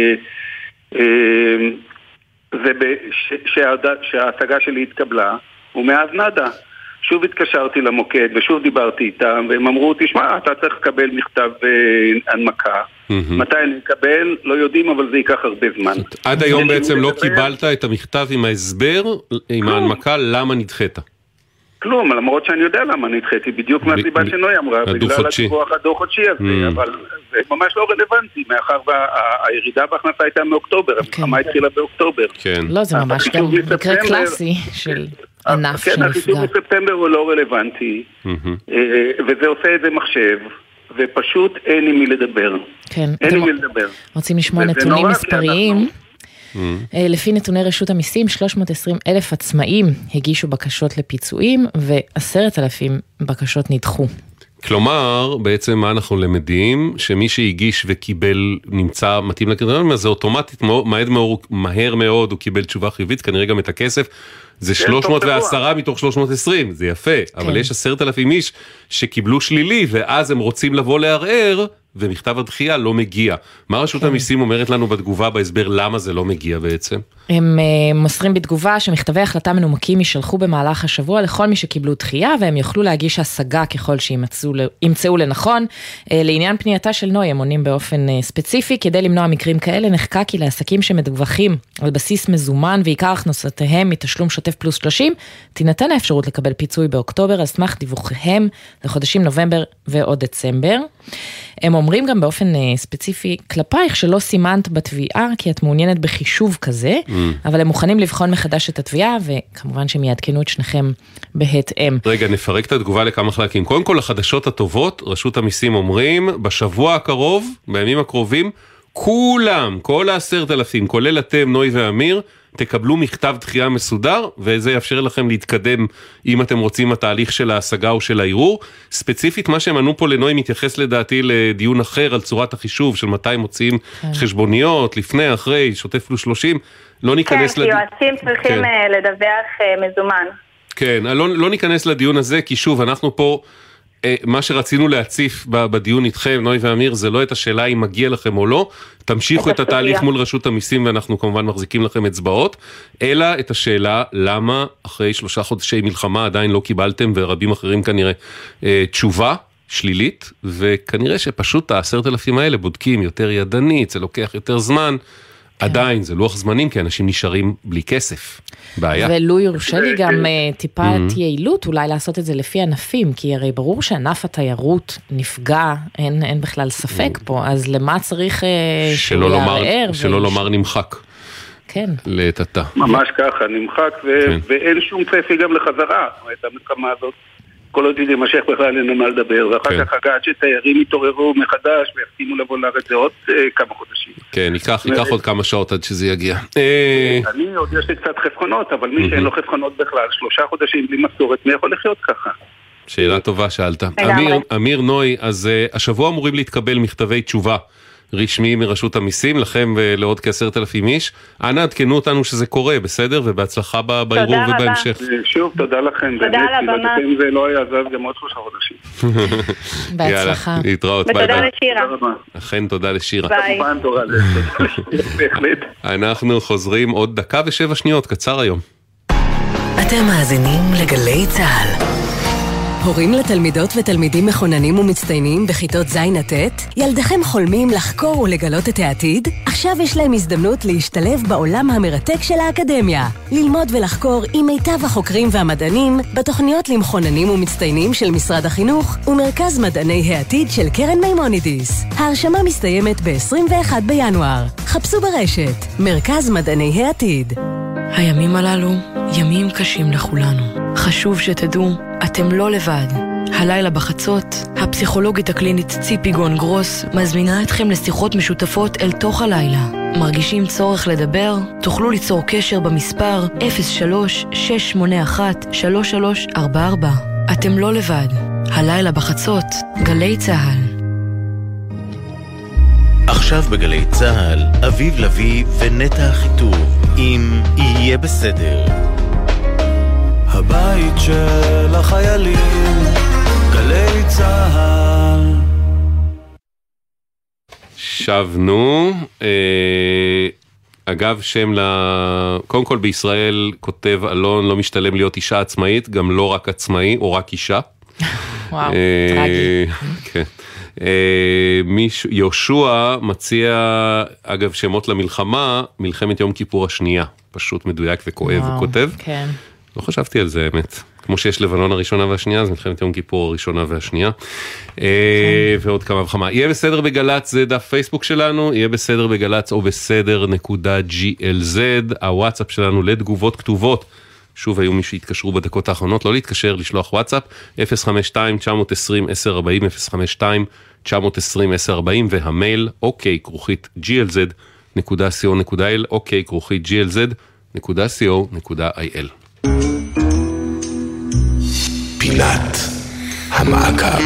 שההשגה שלי התקבלה, ומאז נדה. שוב התקשרתי למוקד ושוב דיברתי איתם, והם אמרו, תשמע, אתה צריך לקבל מכתב הנמקה. מתי אני אקבל? לא יודעים, אבל זה ייקח הרבה זמן. עד היום בעצם לא קיבלת את המכתב עם ההסבר, עם ההנמקה, למה נדחית? כלום, למרות שאני יודע למה נדחיתי, בדיוק מהסיבה שנוי אמרה, בגלל הדיווח הדו-חודשי הזה, אבל זה ממש לא רלוונטי, מאחר והירידה בהכנסה הייתה מאוקטובר, המלחמה התחילה באוקטובר. לא, זה ממש גם מקרה קלאסי של ענף שנפגע. כן, החישוב בספטמבר הוא לא רלוונטי, וזה עושה את זה מחשב, ופשוט אין עם מי לדבר. כן, אין עם מי לדבר. רוצים לשמוע נתונים מספריים. לפי נתוני רשות המיסים, 320,000 עצמאים הגישו בקשות לפיצויים ו10,000 בקשות נדחו. כלומר, בעצם מה אנחנו למדים? שמי שהגיש וקיבל נמצא מתאים לקריטריונים, אז זה אוטומטית מהר מאוד הוא קיבל תשובה חיובית, כנראה גם את הכסף. זה 310 מתוך 320, זה יפה, אבל יש 10,000 איש שקיבלו שלילי, ואז הם רוצים לבוא לערער, ומכתב הדחייה לא מגיע. מה רשות המיסים אומרת לנו בתגובה בהסבר למה זה לא מגיע בעצם? הם מוסרים בתגובה שמכתבי החלטה מנומקים יישלחו במהלך השבוע לכל מי שקיבלו דחייה, והם יוכלו להגיש השגה ככל שימצאו לנכון. לעניין פנייתה של נוי, הם עונים באופן ספציפי, כדי למנוע מקרים כאלה נחקק כי לעסקים שמדווחים על בסיס מזומן ועיקר הכנסותיהם מתשלום שוטף פלוס 30, תינתן האפשרות לקבל פיצוי באוקטובר על סמך דיווחיהם לחודשים נובמבר ועוד דצמבר. הם אומרים גם באופן ספציפי כלפייך שלא סימנת בתביעה כי את מעוניינת בחישוב כזה, אבל הם מוכנים לבחון מחדש את התביעה, וכמובן שהם יעדכנו את שניכם בהתאם. רגע, נפרק את התגובה לכמה חלקים. קודם כל, החדשות הטובות, רשות המיסים אומרים, בשבוע הקרוב, בימים הקרובים, כולם, כל 10,000, כולל אתם, נוי ואמיר, תקבלו מכתב דחייה מסודר, וזה יאפשר לכם להתקדם אם אתם רוצים התהליך של ההשגה או של הערעור. ספציפית, מה שהם ענו פה לנוי מתייחס לדעתי לדיון אחר על צורת החישוב של מתי מוציאים חשבוניות, לפני, אחרי, שוטף פלוס 30, לא ניכנס כן, כי יועצים צריכים לדווח מזומן. כן, לא ניכנס לדיון הזה, כי שוב, אנחנו פה, מה שרצינו להציף בדיון איתכם, נוי ואמיר, זה לא את השאלה אם מגיע לכם או לא, תמשיכו את התהליך מול רשות המיסים, ואנחנו כמובן מחזיקים לכם אצבעות, אלא את השאלה למה אחרי 3 חודשי מלחמה עדיין לא קיבלתם, ורבים אחרים כנראה תשובה שלילית, וכנראה שפשוט 10,000 האלה בודקים יותר ידנית, זה לוקח יותר זמן, עדיין זה לוח זמנים, כי אנשים נשארים בלי כסף. בעיה. ולו יורשה לי גם טיפת יעילות, אולי לעשות את זה לפי ענפים, כי הרי ברור שענף התיירות נפגע, אין בכלל ספק פה, אז למה צריך שיערער? שלא לומר נמחק. כן. לתתה. ממש ככה, נמחק, ואין שום צפי גם לחזרה. את המלחמה הזאת, כל עוד היא תימשך בכלל אין מה לדבר, ואחר כך הגעת שתיירים יתעוררו מחדש ויסכימו לבוא לארץ זה עוד כמה חודשים. כן, ייקח עוד כמה שעות עד שזה יגיע. אני עוד יש לי קצת חסכונות, אבל מי שאין לו חסכונות בכלל, 3 חודשים בלי משכורת, מי יכול לחיות ככה? שאלה טובה שאלת. אמיר, נוי, אז השבוע אמורים להתקבל מכתבי תשובה רשמיים מרשות המיסים, לכם ולעוד כ10,000 איש. אנא עדכנו אותנו שזה קורה, בסדר? ובהצלחה בערעור ובהמשך. שוב, תודה לכם. תודה על הבמה. אם זה לא היה זז גם עוד 3 חודשים. בהצלחה. יאללה, להתראות. ביי ביי. ותודה לשירה. אכן, תודה לשירה. ביי. בהחלט. אנחנו חוזרים עוד 1:07, קצר היום. אתם מאזינים לגלי צהל. הורים לתלמידות ותלמידים מכוננים ומצטיינים בכיתות ז' עד ט', ילדיכם חולמים לחקור ולגלות את העתיד? עכשיו יש להם הזדמנות להשתלב בעולם המרתק של האקדמיה. ללמוד ולחקור עם מיטב החוקרים והמדענים בתוכניות למכוננים ומצטיינים של משרד החינוך ומרכז מדעני העתיד של קרן מימונידיס. ההרשמה מסתיימת ב-21 בינואר. חפשו ברשת, מרכז מדעני העתיד. הימים הללו ימים קשים לכולנו. חשוב שתדעו, אתם לא לבד. הלילה בחצות, הפסיכולוגית הקלינית ציפי גון גרוס מזמינה אתכם לשיחות משותפות אל תוך הלילה. מרגישים צורך לדבר? תוכלו ליצור קשר במספר 03-681-3344. אתם לא לבד. הלילה בחצות, גלי צהל. עכשיו בגלי צהל, אביב לוי ונטע חיטוב עם יהיה בסדר. הבית של החיילים, גלי צהל. שבנו, אגב שם קודם כל בישראל כותב אלון, לא משתלם להיות אישה עצמאית, גם לא רק עצמאי או רק אישה. וואו, טרגי. כן. יהושע מציע, אגב שמות למלחמה, מלחמת יום כיפור השנייה, פשוט מדויק וכואב, הוא כותב. כן. לא חשבתי על זה, האמת. כמו שיש לבנון הראשונה והשנייה, אז מלחמת יום כיפור הראשונה והשנייה. ועוד כמה וכמה. יהיה בסדר בגלץ, זה דף פייסבוק שלנו, יהיה בסדר בגלץ או בסדר.glz, הוואטסאפ שלנו לתגובות כתובות. שוב, היו מי שהתקשרו בדקות האחרונות, לא להתקשר, לשלוח וואטסאפ, 052-920-1040, 052-920-1040, והמייל, ok@glz.co.il, ok@glz.co.il. פינת המעקב.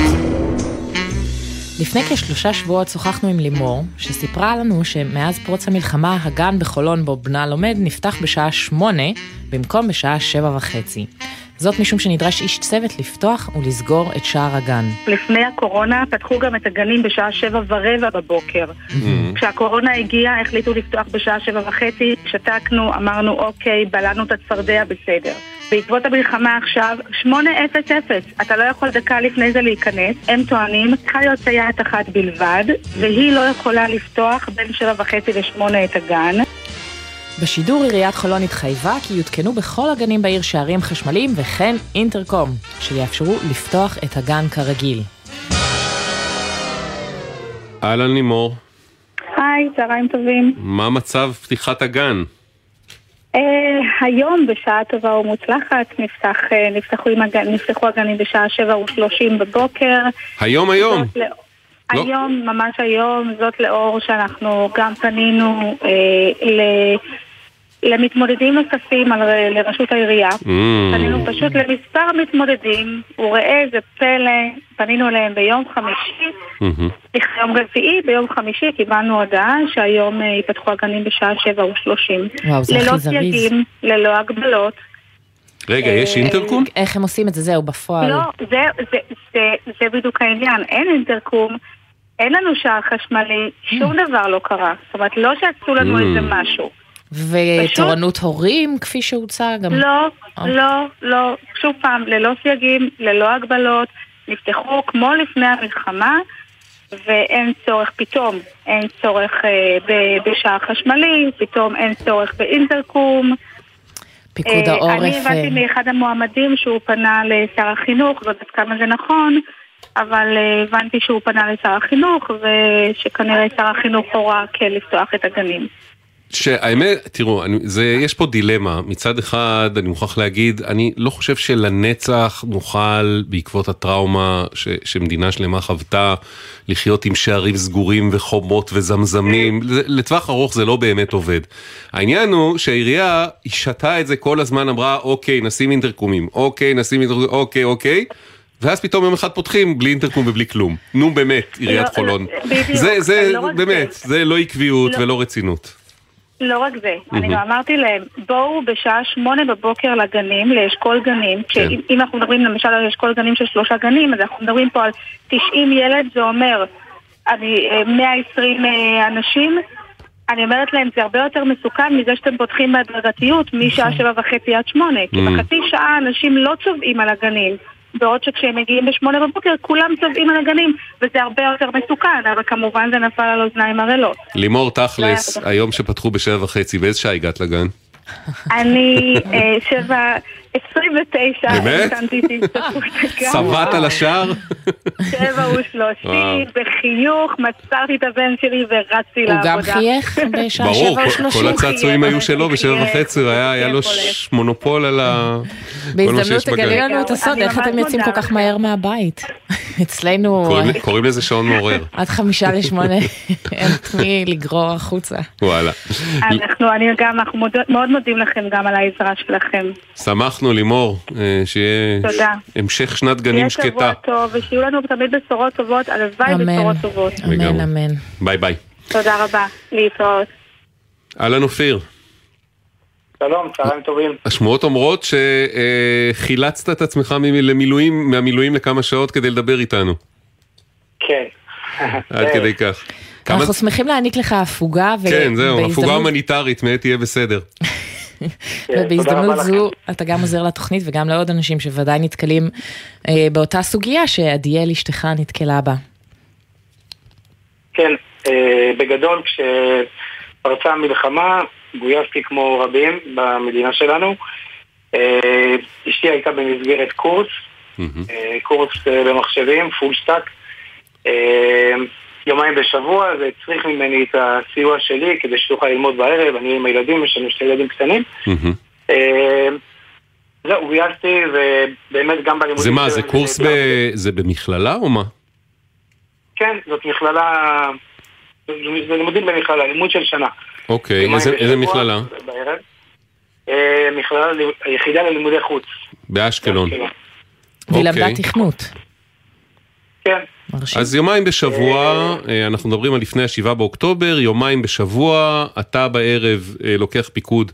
לפני כ3 שבועות שוחחנו עם לימור, שסיפרה לנו שמאז פרוץ המלחמה, הגן בחולון בו בנה לומד נפתח בשעה 8, במקום בשעה 7:30. זאת משום שנדרש איש צוות לפתוח ולסגור את שער הגן. לפני הקורונה פתחו גם את הגנים בשעה 7:15 בבוקר. כשהקורונה הגיעה החליטו לפתוח בשעה 7:30, שתקנו, אמרנו אוקיי, בלענו את הצפרדע, בסדר. בעקבות המלחמה עכשיו, 8:00, אתה לא יכול דקה לפני זה להיכנס, הם טוענים, צריכה להיות סייעת אחת בלבד, והיא לא יכולה לפתוח בין 7:30 ל-8 את הגן. בשידור עיריית חולון התחייבה כי יותקנו בכל הגנים בעיר שערים חשמליים וכן אינטרקום, שיאפשרו לפתוח את הגן כרגיל. אהלן לימור. היי, צהריים טובים. מה מצב פתיחת הגן? היום בשעה טובה ומוצלחת נפתחו הגנים בשעה 7:30 בבוקר. היום? היום, ממש היום, זאת לאור שאנחנו גם פנינו למתמודדים נוספים לרשות העירייה. פנינו פשוט למספר מתמודדים, וראה זה פלא, פנינו אליהם ביום חמישי, יום רביעי, ביום חמישי קיבלנו הודעה שהיום ייפתחו הגנים בשעה 7:30. וואו, זה הכי זריז. ללא סייגים, ללא הגבלות. רגע, יש אינטרקום? איך הם עושים את זה? זהו, בפועל. לא, זה בדיוק העניין, אין אינטרקום. אין לנו שער חשמלי, שום דבר לא קרה. זאת אומרת, לא שעשו לנו איזה משהו. ותורנות הורים, כפי שהוצא גם? לא. שוב פעם, ללא סייגים, ללא הגבלות, נפתחו כמו לפני המלחמה, ואין צורך, פתאום אין צורך בשער חשמלי, פתאום אין צורך באינטרקום. פיקוד העורף. אני הבנתי מאחד המועמדים שהוא פנה לשר החינוך, לא יודעת כמה זה נכון, אבל הבנתי שהוא פנה לשר החינוך, ושכנראה שר החינוך הורה כן לפתוח את הגנים. שהאמת, תראו, יש פה דילמה. מצד אחד, אני מוכרח להגיד, אני לא חושב שלנצח נוכל, בעקבות הטראומה שמדינה שלמה חוותה, לחיות עם שערים סגורים וחומות וזמזמים. לטווח ארוך זה לא באמת עובד. העניין הוא שהעירייה שתה את זה כל הזמן, אמרה, אוקיי, נשים אינטרקומים, אוקיי, ואז פתאום יום אחד פותחים בלי אינטרקום ובלי כלום. נו באמת, עיריית חולון. זה באמת, זה לא עקביות ולא רצינות. לא רק זה, אני גם אמרתי להם, בואו בשעה 8 בבוקר לגנים, לאשכול גנים, אם אנחנו מדברים למשל על אשכול גנים של 3 גנים, אז אנחנו מדברים פה על 90 ילד, זה אומר 120 אנשים, אני אומרת להם, זה הרבה יותר מסוכן מזה שאתם פותחים בהדרגתיות משעה 7:30 עד 8, כי בחצי שעה אנשים לא צובעים על הגנים, בעוד שכשהם מגיעים ב8 בבוקר כולם צובעים על הגנים, וזה הרבה יותר מסוכן, אבל כמובן זה נפל על אוזניים ערלות. לימור, תכלס, היום שפתחו ב7:30, באיזה שעה הגעת לגן? אני 7:29. באמת? סבאת על השער? 7:30, בחיוך, מצרתי את הבן שלי ורצתי לעבודה. הוא גם חייך בשעה 7:30. ברור, כל הצעצועים היו שלו ב7:30, היה לו מונופול על בהזדמנות תגלי לנו את הסוד, איך אתם יוצאים כל כך מהר מהבית? אצלנו... קוראים לזה שעון מעורר. עד 7:55, אין תמי לגרור החוצה. וואלה. אנחנו מאוד מודים לכם גם על העזרה שלכם. שמחנו לימור, שיהיה המשך שנת גנים שקטה. שיהיה שבוע טוב, ושיהיו לנו תמיד בשורות טובות, הלוואי בשורות טובות. אמן, אמן. ביי ביי. תודה רבה, להתראות. אהלן אופיר. שלום, צהריים טובים. השמועות אומרות שחילצת את עצמך מהמילואים לכמה שעות כדי לדבר איתנו. כן. עד כדי כך. אנחנו שמחים להעניק לך הפוגה. כן, זהו, הפוגה הומניטרית, תהיה בסדר. ובהזדמנות זו אתה גם עוזר לתוכנית וגם לעוד אנשים שוודאי נתקלים באותה סוגיה שעדיאל אשתך נתקלה בה. כן, בגדול כשפרצה המלחמה גויסתי כמו רבים במדינה שלנו. אשתי הייתה במסגרת קורס במחשבים, פול סטאק. יומיים בשבוע, זה הצריך ממני את הסיוע שלי כדי שתוכל ללמוד בערב, אני עם הילדים, יש לנו 2 ילדים קטנים. זהו, גויסתי ובאמת גם בלימודים... זה מה, זה קורס זה במכללה או מה? כן, זאת מכללה, זה לימודים במכללה, לימוד של שנה. אוקיי, איזה מכללה? מכללה היחידה ללימודי חוץ. באשקלון. והיא למדה תכנות. כן. אז יומיים בשבוע, אנחנו מדברים על לפני 7 באוקטובר, יומיים בשבוע, אתה בערב לוקח פיקוד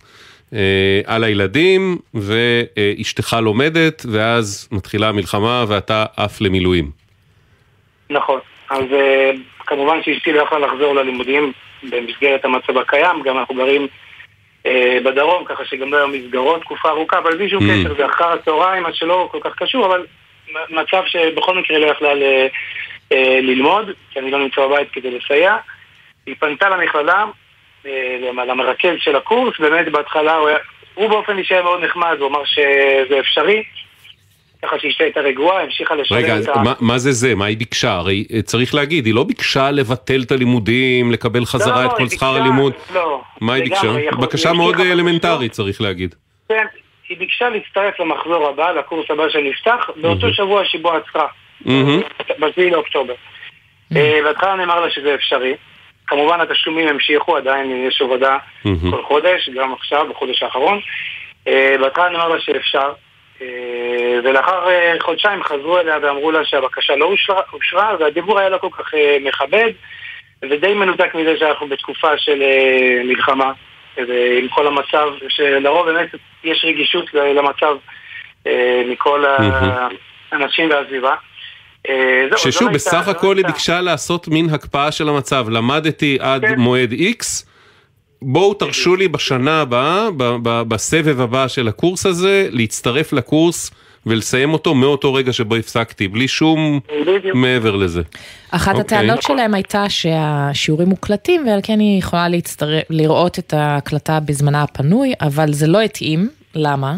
על הילדים, ואשתך לומדת, ואז מתחילה המלחמה, ואתה אף למילואים. נכון, אז כמובן שאשתי לא יכולה לחזור ללימודים במסגרת המצב הקיים, גם אנחנו גרים בדרום, ככה שגם לא היו מסגרות תקופה ארוכה, אבל בלי שום קשר, זה אחר הצהריים, אז שלא כל כך קשור, אבל מצב שבכל מקרה לא יכלה ללמוד, כי אני לא נמצא בבית כדי לסייע. היא פנתה למכללה, למרכז של הקורס, באמת בהתחלה הוא באופן אישי מאוד נחמד, הוא אמר שזה אפשרי, ככה שאשתה הייתה רגועה, המשיכה לשלם רגע, מה זה? מה היא ביקשה? הרי צריך להגיד, היא לא ביקשה לבטל את הלימודים, לקבל חזרה את כל שכר הלימוד. לא. מה היא ביקשה? בקשה מאוד אלמנטרית, צריך להגיד. כן, היא ביקשה להצטרף למחזור הבא, לקורס הבא שנפתח, באותו שבוע שבו עצרה, ב7 לאוקטובר. בהתחלה נאמר לה שזה אפשרי. כמובן התשלומים המשיכו, עדיין יש עבודה כל חודש, גם עכשיו, בחודש האחרון. בהתחלה נאמר לה שאפשר. ולאחר חודשיים חזרו אליה ואמרו לה שהבקשה לא אושרה, והדיבור היה לה כל כך מכבד ודי מנותק מזה שאנחנו בתקופה של מלחמה, עם כל המצב שלרוב באמת יש רגישות למצב מכל האנשים והסביבה. ששוב, בסך הכל היא ביקשה לעשות מין הקפאה של המצב. למדתי עד מועד X, בואו תרשו לי בשנה הבאה, בסבב הבא של הקורס הזה, להצטרף לקורס ולסיים אותו מאותו רגע שבו הפסקתי, בלי שום מעבר לזה. אחת הטענות שלהם הייתה שהשיעורים מוקלטים, ועל כן היא יכולה לראות את ההקלטה בזמנה הפנוי, אבל זה לא התאים. למה?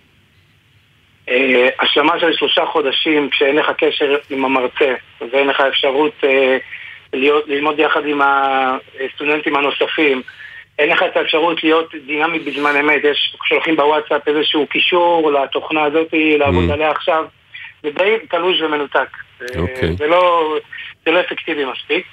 השלמה של 3 חודשים, כשאין לך קשר עם המרצה, ואין לך אפשרות ללמוד יחד עם הסטודנטים הנוספים, אין לך את האפשרות להיות דינמי בזמן אמת, שולחים בוואטסאפ איזשהו קישור לתוכנה הזאת, לעבוד עליה עכשיו, זה די תלוש ומנותק. זה לא אפקטיבי מספיק.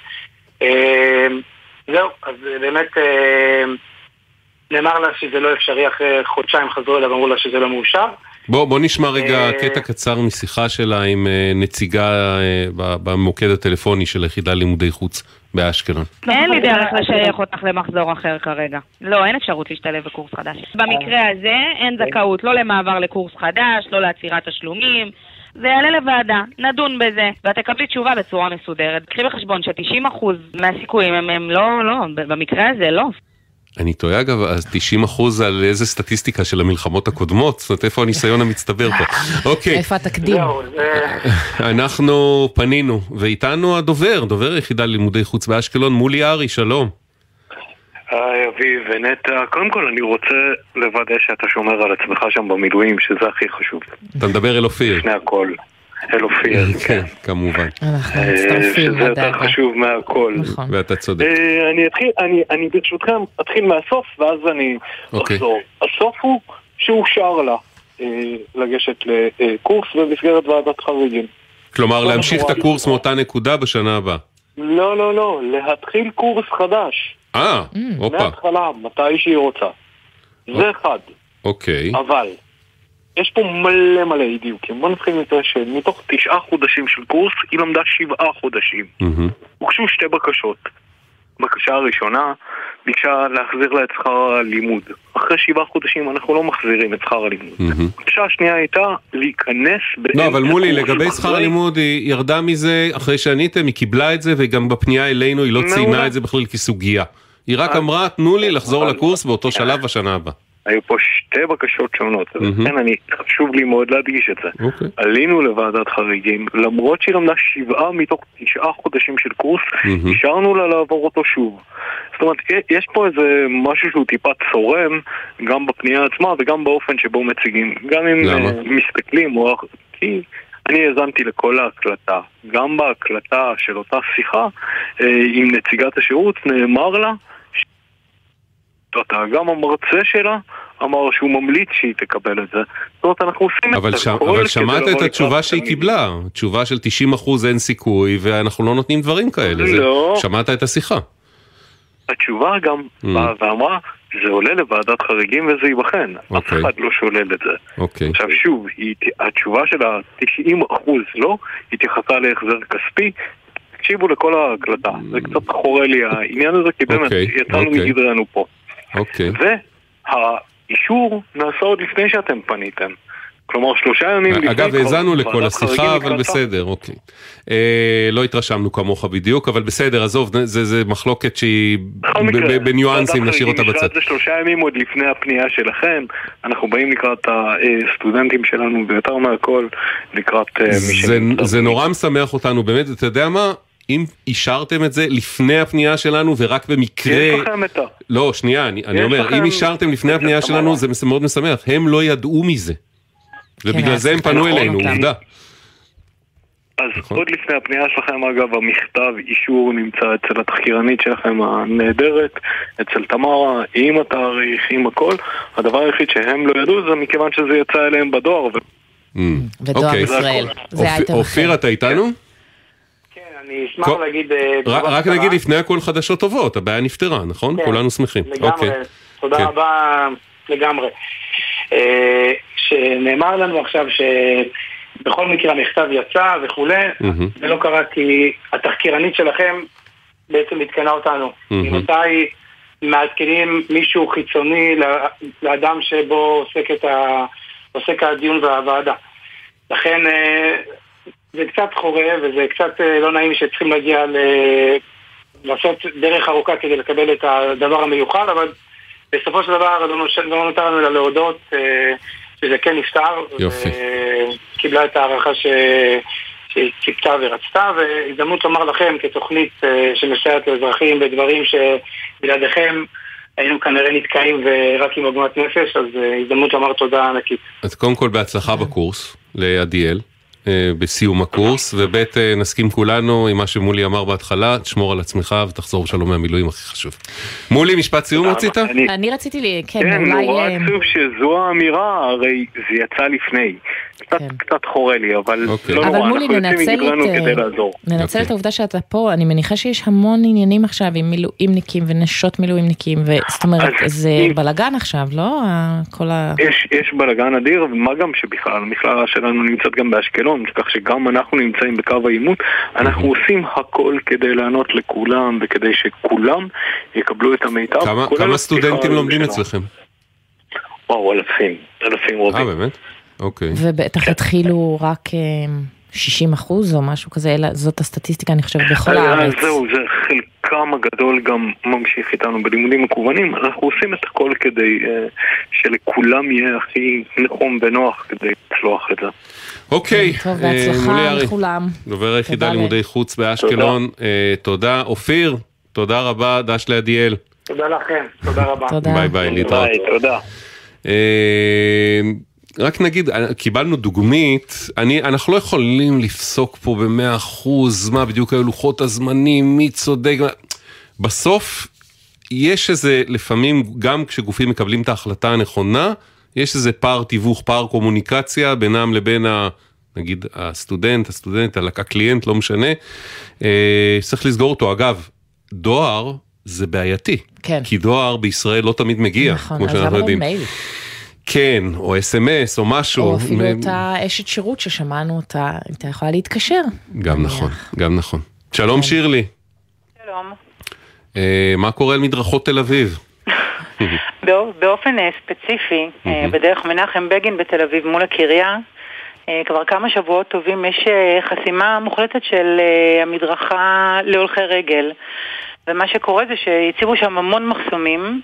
זהו, אז באמת נאמר לה שזה לא אפשרי, אחרי חודשיים חזרו אליה ואמרו לה שזה לא מאושר. בוא נשמע רגע קטע קצר משיחה שלה עם נציגה במוקד הטלפוני של היחידה לימודי חוץ באשקלון. אין לי דרך לשייך אותך למחזור אחר כרגע. לא, אין אפשרות להשתלב בקורס חדש. במקרה הזה אין זכאות לא למעבר לקורס חדש, לא לעצירת תשלומים. זה יעלה לוועדה, נדון בזה, ואת תקבלי תשובה בצורה מסודרת. קחי בחשבון ש90% מהסיכויים הם לא, במקרה הזה לא. אני טועה אגב, אז 90% על איזה סטטיסטיקה של המלחמות הקודמות, זאת אומרת, איפה הניסיון המצטבר פה? אוקיי. איפה התקדים? אנחנו פנינו, ואיתנו הדובר, דובר היחידה לימודי חוץ באשקלון, מולי ארי, שלום. היי אביב ונטע, קודם כל אני רוצה לוודא שאתה שומר על עצמך שם במילואים, שזה הכי חשוב. אתה מדבר אל אופיר. לפני הכל. אל אופיר, כן. כמובן. אנחנו מצטרפים שזה יותר חשוב מהכל. נכון. ואתה צודק. אני ברשותכם אתחיל מהסוף, ואז אני אחזור. הסוף הוא שאושר לה לגשת לקורס במסגרת ועדת חריגים. כלומר, להמשיך את הקורס מאותה נקודה בשנה הבאה. לא, להתחיל קורס חדש. אופה. מההתחלה, מתי שהיא רוצה. זה אחד. אוקיי. אבל יש פה מלא דיוקים. בוא נתחיל מזה שמתוך 9 חודשים של קורס, היא למדה 7 חודשים. הוגשו 2 בקשות. בקשה הראשונה ביקשה להחזיר לה את שכר הלימוד. אחרי 7 חודשים אנחנו לא מחזירים את שכר הלימוד. הבקשה השנייה הייתה להיכנס לא, אבל מולי, לגבי שכר הלימוד היא ירדה מזה אחרי שעניתם, היא קיבלה את זה, וגם בפנייה אלינו היא לא ציינה את זה בכלל כסוגיה. היא רק אמרה, תנו לי לחזור לקורס באותו שלב בשנה הבאה. היו פה 2 בקשות שונות, ולכן חשוב לי מאוד להדגיש את זה. עלינו לוועדת חריגים, למרות שהיא למדה 7 מתוך 9 חודשים של קורס, השארנו לה לעבור אותו שוב. זאת אומרת, יש פה איזה משהו שהוא טיפה צורם, גם בפנייה עצמה וגם באופן שבו מציגים. גם אם מסתכלים, כי אני האזנתי לכל ההקלטה. גם בהקלטה של אותה שיחה עם נציגת השירות נאמר לה, גם המרצה שלה אמר שהוא ממליץ שהיא תקבל את זה. זאת אומרת, אנחנו עושים את זה. אבל שמעת את התשובה שהיא קיבלה. תשובה של 90% אין סיכוי, ואנחנו לא נותנים דברים כאלה. שמעת את השיחה. התשובה גם באה ואמרה, זה עולה לוועדת חריגים וזה ייבחן. אף אחד לא שולל את זה. עכשיו שוב, התשובה של ה-90% לא, התייחסה להחזר כספי. תקשיבו לכל ההקלטה. זה קצת חורה לי העניין הזה, כי באמת יצאנו מגדרנו פה. אישור נעשה עוד לפני שאתם פניתם. כלומר 3 ימים לפני... אגב, האזנו לכל השיחה, אבל בסדר, אוקיי. לא התרשמנו כמוך בדיוק, אבל בסדר, עזוב, זה מחלוקת שהיא בניואנסים, נשאיר אותה בצד. זה 3 ימים עוד לפני הפנייה שלכם, אנחנו באים לקראת הסטודנטים שלנו, ויותר מהכל לקראת מי זה נורא משמח אותנו, באמת, אתה יודע מה? אם אישרתם את זה לפני הפנייה שלנו ורק במקרה... יש לכם את לא, שנייה, אני אומר, אם אישרתם לפני הפנייה שלנו, זה מאוד משמח. הם לא ידעו מזה. ובגלל זה הם פנו אלינו, עובדה. אז עוד לפני הפנייה שלכם, אגב, המכתב אישור נמצא אצל התחקירנית שלכם הנהדרת, אצל תמרה, עם התאריך, עם הכל. הדבר היחיד שהם לא ידעו זה מכיוון שזה יצא אליהם בדואר. ודואר ישראל. אופיר, אתה איתנו? כן, אני אשמח להגיד... רק נגיד לפני הכל חדשות טובות, הבעיה נפתרה, נכון? כולנו שמחים. לגמרי, תודה רבה לגמרי. שנאמר לנו עכשיו שבכל מקרה המכתב יצא וכולי, זה לא קרה כי התחקירנית שלכם בעצם התקנה אותנו. מתי מעדכנים מישהו חיצוני לאדם שבו עוסק הדיון והוועדה. לכן זה קצת חורה וזה קצת לא נעים שצריכים להגיע לעשות דרך ארוכה כדי לקבל את הדבר המיוחד, אבל בסופו של דבר לא נותר לנו אלא להודות שזה כן נפטר, וקיבלה את הערכה שציפתה ורצתה, והזדמנות לומר לכם כתוכנית שמסייעת לאזרחים בדברים שבלעדיכם היינו כנראה נתקעים ורק עם עוגמת נפש, אז הזדמנות לומר תודה ענקית. אז קודם כל בהצלחה בקורס לעדיאל, בסיום הקורס, ובית נסכים כולנו עם מה שמולי אמר בהתחלה, תשמור על עצמך ותחזור בשלום מהמילואים, הכי חשוב. מולי, משפט סיום רצית? אני רציתי, כן, כן, נורא עצוב שזו האמירה, הרי זה יצא לפני. קצת חורה לי, אבל לא נורא, אנחנו יוצאים מגרנו כדי לעזור. ננצל את העובדה שאתה פה, אני מניחה שיש המון עניינים עכשיו עם מילואימניקים ונשות מילואימניקים, זאת אומרת, זה בלגן עכשיו, לא? יש בלגן אדיר, ומה גם שבכלל, המכללה שלנו נמצאת גם באשקלון, כך שגם אנחנו נמצאים בקו העימות, אנחנו עושים הכל כדי לענות לכולם, וכדי שכולם יקבלו את המיטב. כמה סטודנטים לומדים אצלכם? וואו, אלפים רבים. באמת? אוקיי. ובטח התחילו רק 60% או משהו כזה, אלא זאת הסטטיסטיקה, אני חושבת, בכל הארץ. זהו, זה חלקם הגדול גם ממשיך איתנו בלימודים מקוונים, אנחנו עושים את הכל כדי שלכולם יהיה הכי נחום ונוח כדי לצלוח את זה. אוקיי. טוב, בהצלחה לכולם. דובר היחידה לימודי חוץ באשקלון, תודה. אופיר, תודה רבה, דש לעדיאל. תודה לכם, תודה רבה. ביי ביי, להתראות. תודה. רק נגיד, קיבלנו דוגמית, אנחנו לא יכולים לפסוק פה ב100% מה בדיוק היו לוחות הזמנים, מי צודק, בסוף יש איזה, לפעמים גם כשגופים מקבלים את ההחלטה הנכונה, יש איזה פער תיווך, פער קומוניקציה בינם לבין נגיד הסטודנט, הקליינט, לא משנה, צריך לסגור אותו. אגב, דואר זה בעייתי, כן. כי דואר בישראל לא תמיד מגיע, נכון, כמו שאנחנו יודעים. מייל. כן, או SMS, או משהו. או אפילו אותה אשת שירות ששמענו אותה, אתה יכולה להתקשר. גם נכון, גם נכון. שלום שירלי. שלום. מה קורה על מדרכות תל אביב? באופן ספציפי, בדרך מנחם בגין בתל אביב מול הקריה, כבר כמה שבועות טובים יש חסימה מוחלטת של המדרכה להולכי רגל. ומה שקורה זה שהציבו שם המון מחסומים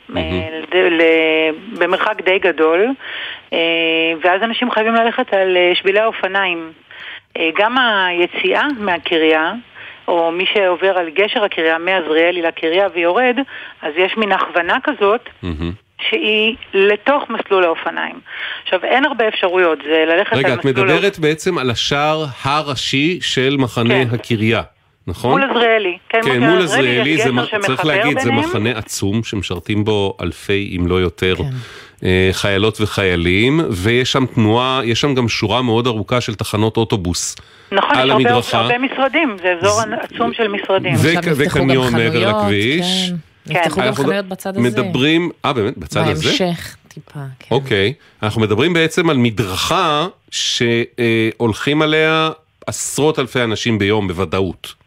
במרחק די גדול, ואז אנשים חייבים ללכת על שבילי האופניים. גם היציאה מהקריה, או מי שעובר על גשר הקריה מעזריאלי לקריה ויורד, אז יש מין הכוונה כזאת שהיא לתוך מסלול האופניים. עכשיו, אין הרבה אפשרויות, זה ללכת על מסלול... רגע, את מדברת בעצם על השער הראשי של מחנה הקריה. נכון? מול עזריאלי. כן, מול עזריאלי, צריך להגיד, זה מחנה עצום שמשרתים בו אלפי, אם לא יותר, חיילות וחיילים, ויש שם תנועה, יש שם גם שורה מאוד ארוכה של תחנות אוטובוס. נכון, יש הרבה משרדים, זה אזור עצום של משרדים. וקניון מעבר לכביש. נפתחו גם חנויות בצד הזה. מדברים, באמת, בצד הזה? בהמשך טיפה, כן. אוקיי, אנחנו מדברים בעצם על מדרכה שהולכים עליה עשרות אלפי אנשים ביום בוודאות.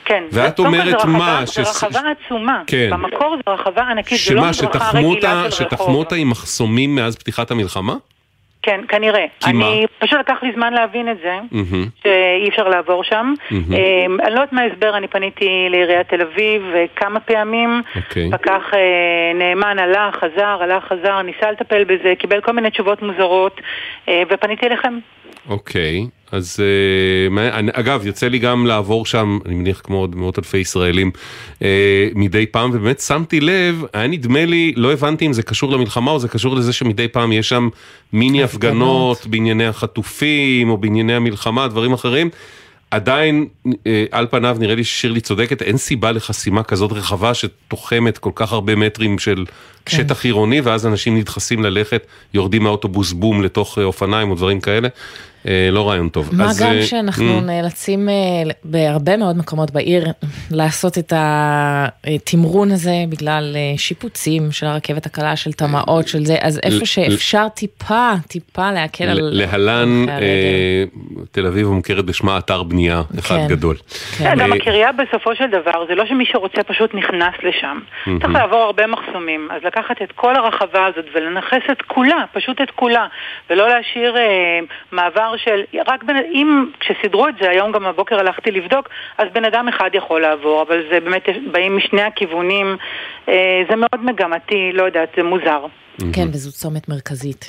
כן. ואת אומרת מה? זה רחבה עצומה. כן. במקור זה רחבה ענקית, זה לא מדרכה רגילה של רחוב. שתחמו אותה עם מחסומים מאז פתיחת המלחמה? כן, כנראה. אני פשוט לקח לי זמן להבין את זה, שאי אפשר לעבור שם. אני לא יודעת מה ההסבר, אני פניתי לעיריית תל אביב כמה פעמים, פקח נאמן הלך, חזר, ניסה לטפל בזה, קיבל כל מיני תשובות מוזרות, ופניתי אליכם. אוקיי, אז אגב, יוצא לי גם לעבור שם, אני מניח כמו עוד מאות אלפי ישראלים, מדי פעם, ובאמת שמתי לב, היה נדמה לי, לא הבנתי אם זה קשור למלחמה, או זה קשור לזה שמדי פעם יש שם מיני הפגנות בענייני החטופים, או בענייני המלחמה, דברים אחרים. עדיין, על פניו נראה לי ששירלי צודקת, אין סיבה לחסימה כזאת רחבה שתוחמת כל כך הרבה מטרים של שטח עירוני, ואז אנשים נדחסים ללכת, יורדים מהאוטובוס בום לתוך אופניים או דברים כאלה. לא רעיון טוב. מה גם שאנחנו נאלצים בהרבה מאוד מקומות בעיר לעשות את התמרון הזה בגלל שיפוצים של הרכבת הקלה, של תמ"אות, של זה, אז איפה שאפשר טיפה להקל על... להלן תל אביב מוכרת בשמה אתר בנייה אחד גדול. גם הקריה בסופו של דבר, זה לא שמי שרוצה פשוט נכנס לשם. צריך לעבור הרבה מחסומים, אז לקחת את כל הרחבה הזאת ולנחס את כולה, פשוט את כולה, ולא להשאיר מעבר של, רק אם כשסדרו את זה, היום גם הבוקר הלכתי לבדוק, אז בן אדם אחד יכול לעבור, אבל זה באמת באים משני הכיוונים, זה מאוד מגמתי, לא יודעת, זה מוזר. כן, וזו צומת מרכזית.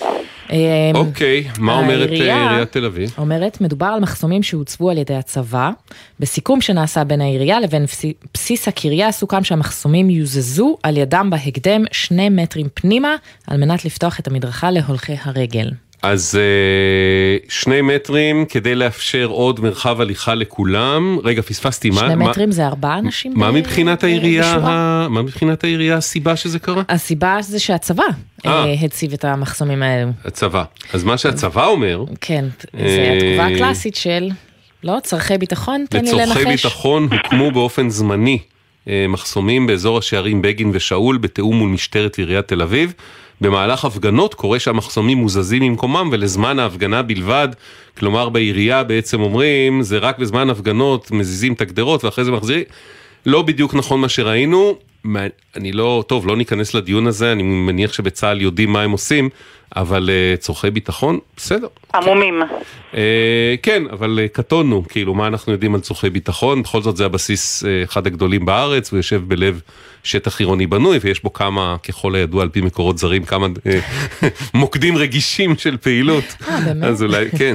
אוקיי, מה אומרת עיריית תל אביב? אומרת, מדובר על מחסומים שהוצבו על ידי הצבא, בסיכום שנעשה בין העירייה לבין בסיס הקריה, סוכם שהמחסומים יוזזו על ידם בהקדם 2 מטרים פנימה, על מנת לפתוח את המדרכה להולכי הרגל. אז 2 מטרים כדי לאפשר עוד מרחב הליכה לכולם. רגע, פספסתי. 2 מטרים זה 4 אנשים. מה מבחינת העירייה הסיבה שזה קרה? הסיבה זה שהצבא הציב את המחסומים האלו. הצבא. אז מה שהצבא אומר... כן, זה התגובה הקלאסית של... לא, צרכי ביטחון, תן לי לנחש. לצורכי ביטחון הוקמו באופן זמני מחסומים באזור השערים בגין ושאול, בתיאום מול משטרת עיריית תל אביב. במהלך הפגנות קורה שהמחסומים מוזזים ממקומם ולזמן ההפגנה בלבד, כלומר בעירייה בעצם אומרים, זה רק בזמן הפגנות מזיזים את הגדרות ואחרי זה מחזירים, לא בדיוק נכון מה שראינו, אני לא, טוב, לא ניכנס לדיון הזה, אני מניח שבצה"ל יודעים מה הם עושים, אבל צורכי ביטחון, בסדר. עמומים. כן, אבל קטונו, כאילו מה אנחנו יודעים על צורכי ביטחון, בכל זאת זה הבסיס אחד הגדולים בארץ, הוא יושב בלב שטח עירוני בנוי, ויש בו כמה, ככל הידוע על פי מקורות זרים, כמה מוקדים רגישים של פעילות. באמת? אז אולי, כן.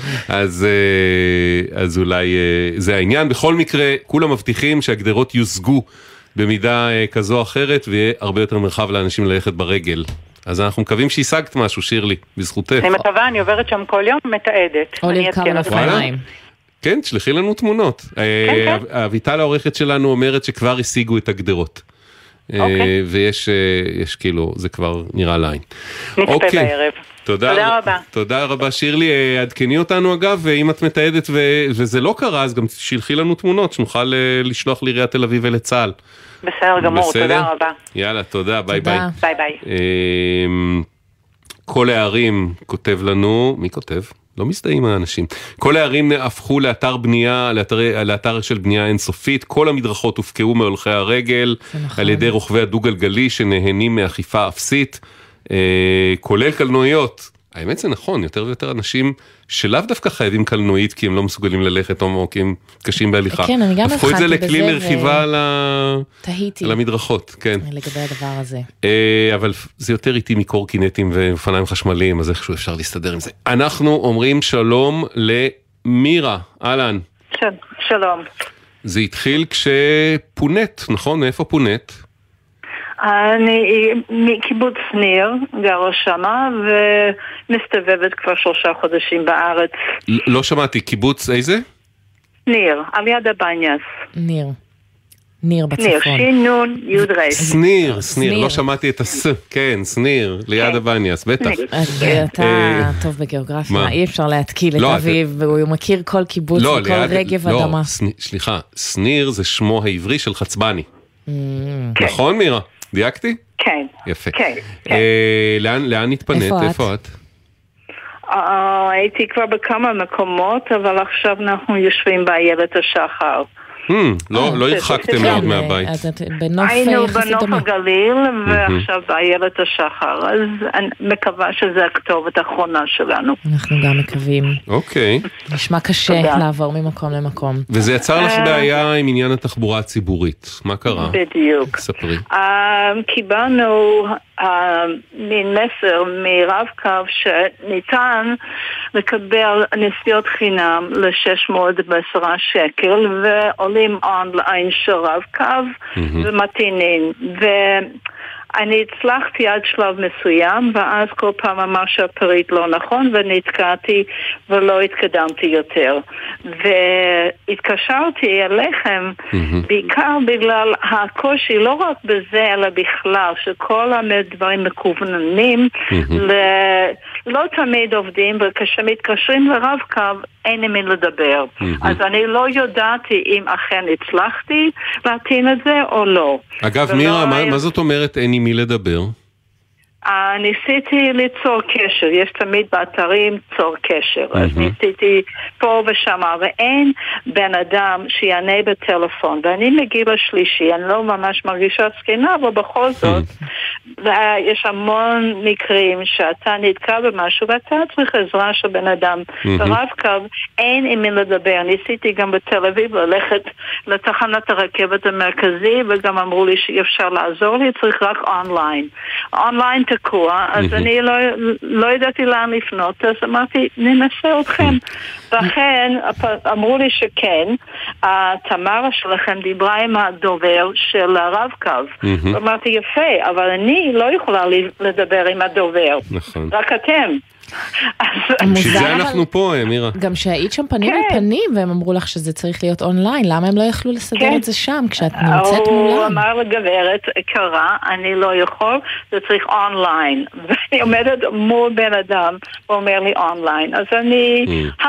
אז אולי זה העניין. בכל מקרה, כולם מבטיחים שהגדרות יושגו במידה כזו או אחרת, ויהיה הרבה יותר מרחב לאנשים ללכת ברגל. אז אנחנו מקווים שהשגת משהו, שירלי, בזכותך. אני מקווה, אני עוברת שם כל יום, מתעדת. או לרכב על אופניים. כן, שלחי לנו תמונות. אביטל העורכת שלנו אומרת שכבר השיגו את הגדרות. ויש כאילו, זה כבר נראה לעין. נצפה בערב. תודה רבה. תודה רבה שירלי, עדכני אותנו אגב, ואם את מתעדת וזה לא קרה, אז גם שלחי לנו תמונות, שנוכל לשלוח לעיריית תל אביב ולצה"ל. בסדר גמור, תודה רבה. יאללה, תודה, ביי ביי. ביי ביי. כל הערים כותב לנו, מי כותב? לא מזדהים האנשים. כל הערים הפכו לאתר בנייה, לאתר של בנייה אינסופית, כל המדרכות הופקעו מהולכי הרגל, על ידי רוכבי הדו-גלגלי שנהנים מאכיפה אפסית, כולל קלנועיות. האמת זה נכון, יותר ויותר אנשים שלאו דווקא חייבים קלנועית, כי הם לא מסוגלים ללכת או כי הם קשים בהליכה. כן, אני גם הפכו את זה לכלי לרכיבה על המדרכות. כן. לגבי הדבר הזה. אבל זה יותר איטי מקורקינטים ואופניים חשמליים, אז איכשהו אפשר להסתדר עם זה. אנחנו אומרים שלום למירה, אהלן. שלום. זה התחיל כשפונט, נכון? מאיפה פונט? אני מקיבוץ ניר, גרה שמה, ומסתובבת כבר 3 חודשים בארץ. לא שמעתי, קיבוץ איזה? ניר, על יד הבניאס. ניר בצפון. ניר, שינון, יוד רייס. סניר, לא שמעתי את כן, סניר, ליד הבניאס, בטח. אתה טוב בגיאוגרפיה, אי אפשר להתקיל את אביב, והוא מכיר כל קיבוץ וכל רגב אדמה. לא, סליחה, סניר זה שמו העברי של חצבני. נכון מירה? דייקתי? כן. יפה. לאן התפנית? איפה את? הייתי כבר בכמה מקומות, אבל עכשיו אנחנו יושבים באיילת השחר. לא הרחקתם מאוד מהבית. היינו בנוף הגליל, ועכשיו באיילת השחר, אז אני מקווה שזה הכתובת האחרונה שלנו. אנחנו גם מקווים. אוקיי. נשמע קשה לעבור ממקום למקום. וזה יצר לך בעיה עם עניין התחבורה הציבורית. מה קרה? בדיוק. ספרי. קיבלנו מין מסר מרב קו שניתן לקבל נסיעות חינם ל-610 שקל ועולים אונליין של רב קו ומתאינים. אני הצלחתי עד שלב מסוים, ואז כל פעם אמר שהפריט לא נכון, ונתקעתי ולא התקדמתי יותר. והתקשרתי אליכם בעיקר בגלל הקושי, לא רק בזה, אלא בכלל, שכל הדברים מקווננים, לא תמיד עובדים, וכשמתקשרים לרב קו, אין עם מי לדבר. אז אני לא ידעתי אם אכן הצלחתי להטעין את זה או לא. אגב, מירה, מה זאת אומרת אין עם מי לדבר? ניסיתי ליצור קשר, יש תמיד באתרים צור קשר, אז ניסיתי פה ושמה, ואין בן אדם שיענה בטלפון, ואני מגיל השלישי, אני לא ממש מרגישה סכנה, אבל בכל זאת, יש המון מקרים שאתה נתקע במשהו, ואתה צריך עזרה של בן אדם, ברב קו, אין עם מי לדבר, ניסיתי גם בתל אביב ללכת לתחנת הרכבת המרכזי, וגם אמרו לי שאי אפשר לעזור לי, צריך רק אונליין. אונליין תקוע, אז אני לא ידעתי לאן לפנות, אז אמרתי, ננסה אתכם. ואכן, אמרו לי שכן, התמרה שלכם דיברה עם הדובר של הרב קו. אמרתי, יפה, אבל אני לא יכולה לדבר עם הדובר. רק אתם. בשביל זה אנחנו פה, מירה. גם שהיית שם פנים על פנים, והם אמרו לך שזה צריך להיות אונליין, למה הם לא יכלו לסדר את זה שם, כשאת נמצאת מולם? הוא אמר לגברת, קרה, אני לא יכול, זה צריך אונליין. ואני עומדת מול בן אדם, הוא אומר לי אונליין. אז אני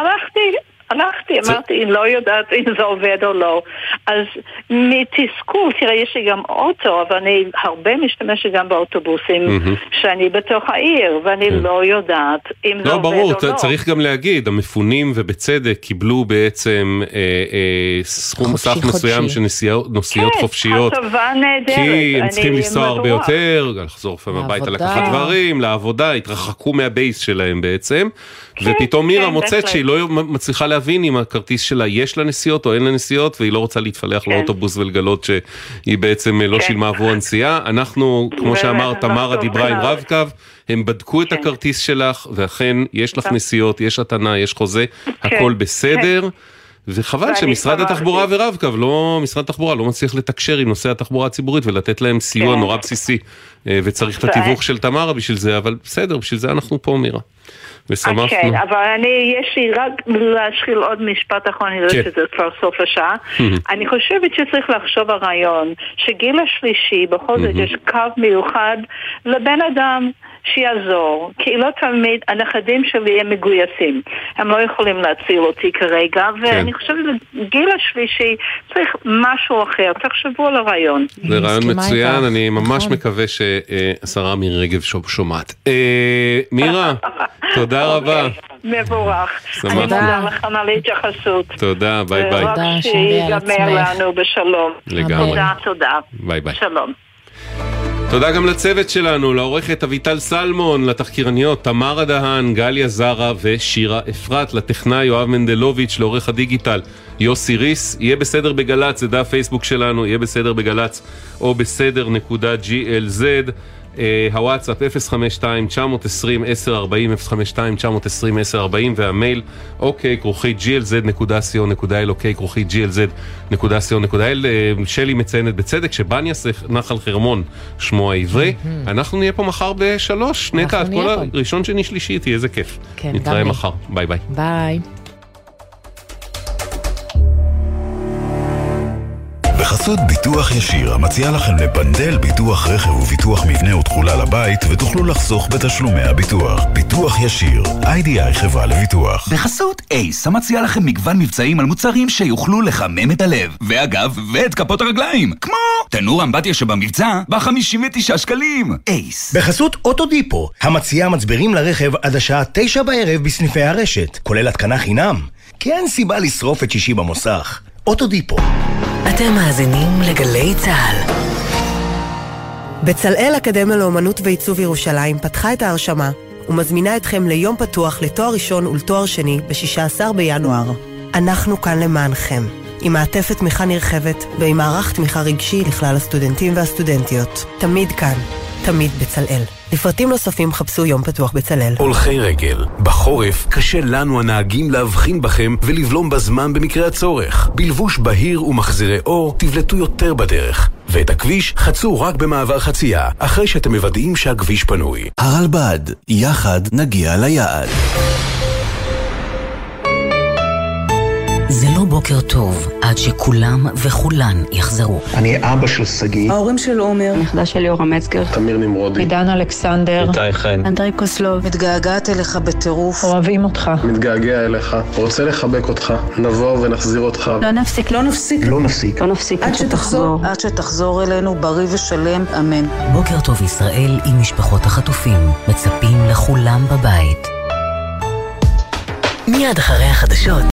הלכתי, אמרתי, לא יודעת אם זה עובד או לא. אז מתסכול, תראה, יש לי גם אוטו, אבל אני הרבה משתמשת גם באוטובוסים שאני בתוך העיר, ואני לא יודעת אם זה עובד או לא. לא, ברור, צריך גם להגיד, המפונים ובצדק קיבלו בעצם סכום סך מסוים של נסיעות חופשיות. כן, הטבה נהדרת. כי הם צריכים לנסוע הרבה יותר, לחזור לפעמים הביתה לקחת דברים, לעבודה, התרחקו מהבייס שלהם בעצם, ופתאום מירה מוצאת שהיא לא מצליחה להבין אם הכרטיס שלה יש לה נסיעות או אין לה נסיעות, והיא לא רוצה להתפלח לאוטובוס ולגלות שהיא בעצם לא שילמה עבור הנסיעה. אנחנו, כמו שאמר, תמרה דיברה עם רב קו, הם בדקו את הכרטיס שלך, ואכן יש לך נסיעות, יש התנה, יש חוזה, הכל בסדר. וחבל שמשרד התחבורה ורב קו, משרד התחבורה לא מצליח לתקשר עם נושא התחבורה הציבורית ולתת להם סיוע נורא בסיסי, וצריך את התיווך של תמרה בשביל זה, אבל בסדר, בשביל זה אנחנו פה, מירה. כן, אבל יש לי רק להשחיל עוד משפט אחרון, אני יודעת שזה כבר סוף השעה. אני חושבת שצריך לחשוב הרעיון שגיל השלישי, בכל זאת יש קו מיוחד לבן אדם שיעזור, כי לא תמיד הנכדים שלי הם מגויסים, הם לא יכולים להציל אותי כרגע, ואני חושבת שגיל השלישי צריך משהו אחר, תחשבו על הרעיון. זה רעיון מצוין, אני ממש מקווה שהשרה מירי רגב שומעת. מירה, תודה רבה. מבורך. אני מודה לכם על ההתייחסות. תודה, ביי ביי. ורק שיגמר לנו בשלום. לגמרי. תודה. ביי ביי. שלום. תודה גם לצוות שלנו, לעורכת אביטל סלמון, לתחקירניות תמרה דהן, גליה זרה ושירה אפרת, לטכנאי יואב מנדלוביץ', לעורך הדיגיטל יוסי ריס. יהיה בסדר בגלץ, זה דף פייסבוק שלנו, יהיה בסדר בגלץ או בסדר.glz. הוואטסאפ 052-920-1040, 052-920-1040, והמייל ok@glz.co.il, ok@glz.co.il. שלי מציינת בצדק שבניה נחל חרמון שמו העברי. אנחנו נהיה פה מחר ב3, נטע, את כל הראשון שני שלישי, תהיה איזה כיף. נתראה מחר, ביי ביי. ביי. בחסות ביטוח ישיר, המציע לכם לבנדל ביטוח רכב וביטוח מבנה ותכולה לבית, ותוכלו לחסוך בתשלומי הביטוח. ביטוח ישיר, איי-די-איי חברה לביטוח. בחסות אייס, המציע לכם מגוון מבצעים על מוצרים שיוכלו לחמם את הלב. ואגב, ואת כפות הרגליים, כמו תנור אמבטיה שבמבצע ב-59 שקלים. אייס. בחסות אוטודיפו, המציע מצברים לרכב עד השעה 9 בערב בסניפי הרשת, כולל התקנה חינם. כי אין סיבה לשרוף את שישי במוסך. אוטודיפו. אתם מאזינים לגלי צהל. בצלאל אקדמיה לאומנות ועיצוב ירושלים פתחה את ההרשמה ומזמינה אתכם ליום פתוח לתואר ראשון ולתואר שני ב-16 בינואר. אנחנו כאן למענכם, עם מעטפת תמיכה נרחבת ועם מערך תמיכה רגשי לכלל הסטודנטים והסטודנטיות. תמיד כאן, תמיד בצלאל. לפרטים נוספים חפשו יום פתוח בצלאל. הולכי רגל. בחורף קשה לנו הנהגים להבחין בכם ולבלום בזמן במקרה הצורך. בלבוש בהיר ומחזירי אור תבלטו יותר בדרך. ואת הכביש חצו רק במעבר חצייה, אחרי שאתם מוודאים שהכביש פנוי. הרלב"ד, יחד נגיע ליעד. זה לא בוקר טוב עד שכולם וכולן יחזרו. אני אבא של סגי. ההורים של עומר. נכדה של יורם מצגר. תמיר נמרודי. עידן אלכסנדר. איתי חן. אנדרי קוסלוב. מתגעגעת אליך בטירוף. אוהבים אותך. מתגעגע אליך. רוצה לחבק אותך. נבוא ונחזיר אותך. לא נפסיק. לא נפסיק. לא נפסיק. לא נפסיק. עד שתחזור. עד שתחזור אלינו בריא ושלם. אמן. בוקר טוב ישראל עם משפחות החטופים. מצפים לכולם בבית. מיד אחרי החדשות.